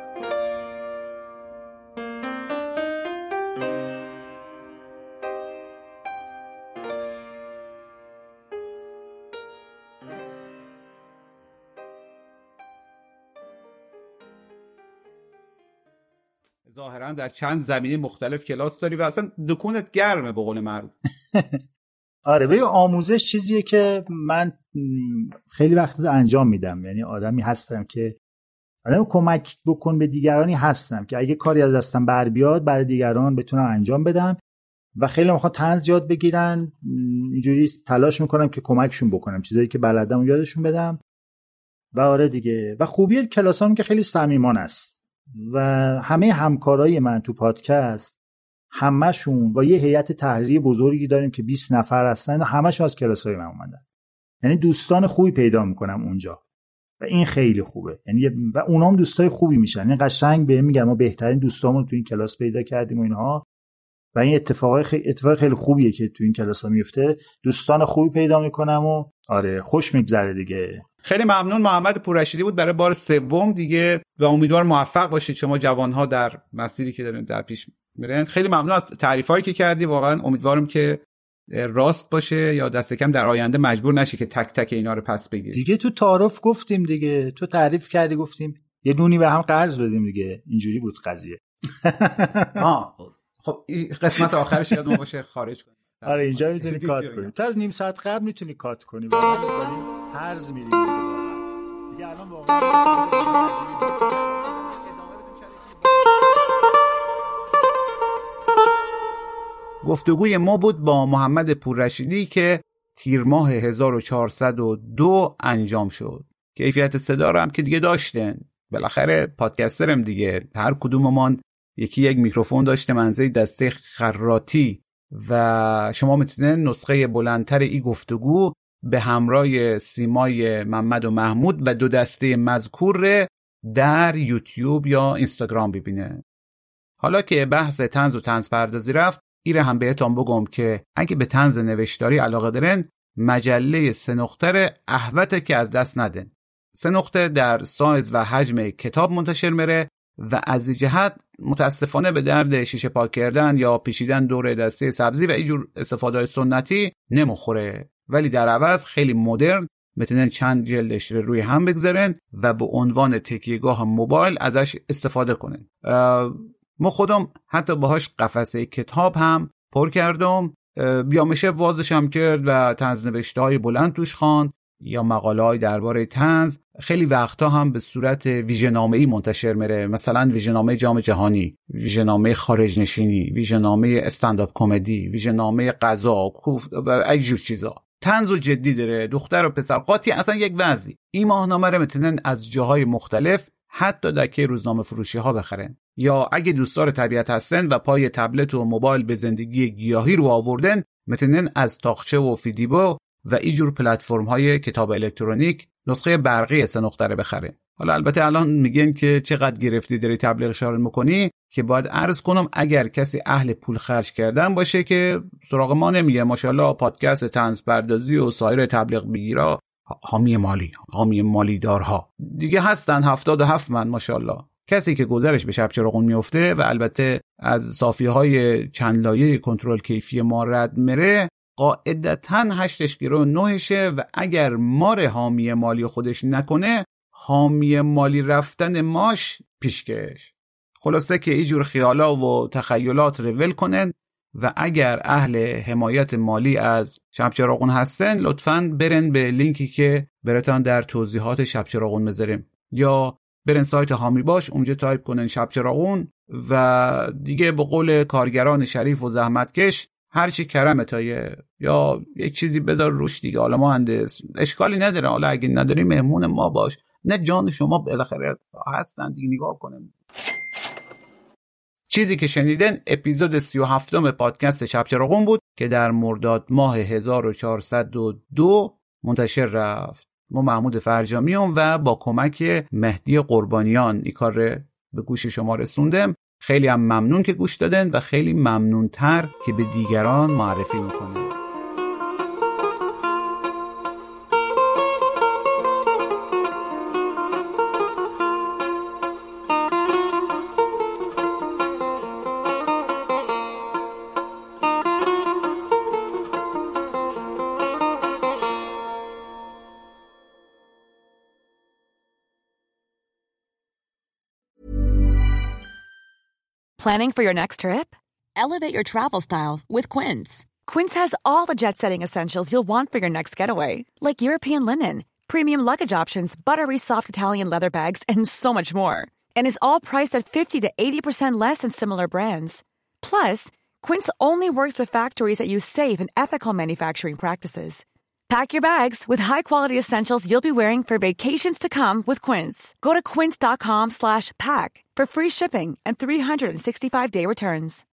ظاهرا در چند زمینه مختلف کلاس داری و اصلا دکونت گرمه به قول معروف. آره ببین آموزش چیزیه که من خیلی وقت انجام میدم. یعنی آدمی هستم که آدم کمک بکن به دیگرانی هستم که اگه کاری از دستم بر بیاد برای دیگران بتونم انجام بدم و خیلی میخوام طنز یاد بگیرن، اینجوری تلاش میکنم که کمکشون بکنم، چیزایی که بلدم و یادشون بدم. و آره دیگه، و خوبی کلاسام که خیلی صمیمانه است و همه همکارای من تو پادکست همشون با یه هیئت تحریری بزرگی داریم که بیست نفر هستن و همشون از کلاسای من اومدن. یعنی دوستان خوبی پیدا میکنم اونجا و این خیلی خوبه. یعنی و اونام دوستای خوبی میشن. این قشنگ بهم میگن ما بهترین دوستامون تو این کلاس پیدا کردیم و اینها. و این اتفاق خیلی اتفاق خیلی خوبیه که تو این کلاسا میفته. دوستان خوبی پیدا میکنم و آره خوش میگذره دیگه. خیلی ممنون. محمد پوررشیدی بود برای بار سوم دیگه و امیدوار موفق باشید شما جوانها در مسیری که دارین در پیش میرن. خیلی ممنون از تعریفایی که کردی. واقعا امیدوارم که راست باشه یا دست کم در آینده مجبور نشی که تک تک اینا رو پس بگیری. دیگه تو تعارف گفتیم دیگه، تو تعریف کردی گفتیم یه دونی به هم قرض بدیم دیگه. اینجوری بود قضیه. ها خب قسمت آخرش یادمون باشه خارج کنیم. آره اینجا میتونی کات کنی. تو از نیم ساعت قبل میتونی کات کنی. واقعا هرز میریم دیگه واقعا. دیگه الان واقعا گفتگوی ما بود با محمد پوررشیدی که تیر ماه هزار و چهارصد و دو انجام شد. کیفیت صدا رو هم که دیگه داشتن. بالاخره پادکسترم دیگه. هر کدوممون یکی یک میکروفون داشته منزه دسته خراطی و شما میتونید نسخه بلندتر ای گفتگو به همراه سیمای محمد و محمود و دو دسته مذکور در یوتیوب یا اینستاگرام ببینه. حالا که بحث طنز و طنز پردازی رفت، ایره هم بهتون بگم که اگه به طنز نوشتاری علاقه دارن مجله سه نقطه احوته که از دست ندن. سه نقطه در سایز و حجم کتاب منتشر میره و از این جهت متاسفانه به درد شیشه پاک کردن یا پیچیدن دور دسته سبزی و اینجور استفاده سنتی نمیخوره، ولی در عوض خیلی مدرن میتونن چند جلدش رو روی هم بگذارن و به عنوان تکیهگاه موبایل ازش استفاده کنن. ما خودم حتی باهاش قفسه کتاب هم پر کردم، بیامشه وازش هم کرد و طنز نوشته های بلند توش خواند یا مقاله های درباره طنز. خیلی وقتا هم به صورت ویژه‌نامه‌ای منتشر میره، مثلا ویژه‌نامه جام جهانی، ویژه‌نامه خارج نشینی، ویژه‌نامه استندآپ کمدی، ویژه‌نامه غذا و اینجور چیزا. طنز و جدی داره، دختر و پسر قاطی، اصلا یک وضعی. این ماهنامه رو میتونن از جاهای مختلف حتی دکه روزنامه فروشی ها بخرن، یا اگه دوستدار طبیعت هستن و پای تبلت و موبایل به زندگی گیاهی رو آوردن میتونن از تاقچه و فیدیبو و اینجور پلتفرم های کتاب الکترونیک نسخه برقی سه نقطه رو بخره. حالا البته الان میگن که چقدر گرفتی داری تبلیغ اشاره میکنی، که باید عرض کنم اگر کسی اهل پول خرج کردن باشه که سراغ ما نمیگه. ماشاءالله پادکست طنز پردازی و سایر تبلیغ بگیرا حامی مالی حامی مالی دارها دیگه هستن هفتاد و هفت من ماشاءالله. کسی که گذرش به شب چراغون میفته و البته از صافی‌های چند لایه کنترل کیفی ما رد میره، قاعدتاً هشتش گیرو نهشه و اگر مار حامی مالی خودش نکنه حامی مالی رفتن ماش پیشکش. خلاصه که اینجور خیالا و تخیلات رو ول کنن و اگر اهل حمایت مالی از شب چراغون هستن لطفاً برن به لینکی که براتون در توضیحات شب چراغون میذاریم، یا برن سایت حامی باش اونجا تایپ کنن شب چراغون و دیگه به قول کارگران شریف و زحمتکش هر چی کرمه تایه یا یک چیزی بذار روش دیگه. حالا ما هندس اشکالی نداره، حالا اگه نداری مهمون ما باش، نه جان شما بالاخره هستن دیگه، نگاه کنیم. چیزی که شنیدن اپیزود سی و هفتم پادکست شب چراغون بود که در مرداد ماه هزار و چهارصد و دو منتشر رفت. ما محمود فرجامیون و با کمک مهدی قربانیان این کار به گوش شما رسوندم. خیلی هم ممنون که گوش دادن و خیلی ممنون تر که به دیگران معرفی میکنه. Planning for your next trip? Elevate your travel style with Quince. Quince has all the jet-setting essentials you'll want for your next getaway, like European linen, premium luggage options, buttery soft Italian leather bags, and so much more. And is all priced at fifty to eighty percent less than similar brands. Plus, Quince only works with factories that use safe and ethical manufacturing practices. Pack your bags with high-quality essentials you'll be wearing for vacations to come with Quince. Go to quince.com slash pack for free shipping and three sixty-five day returns.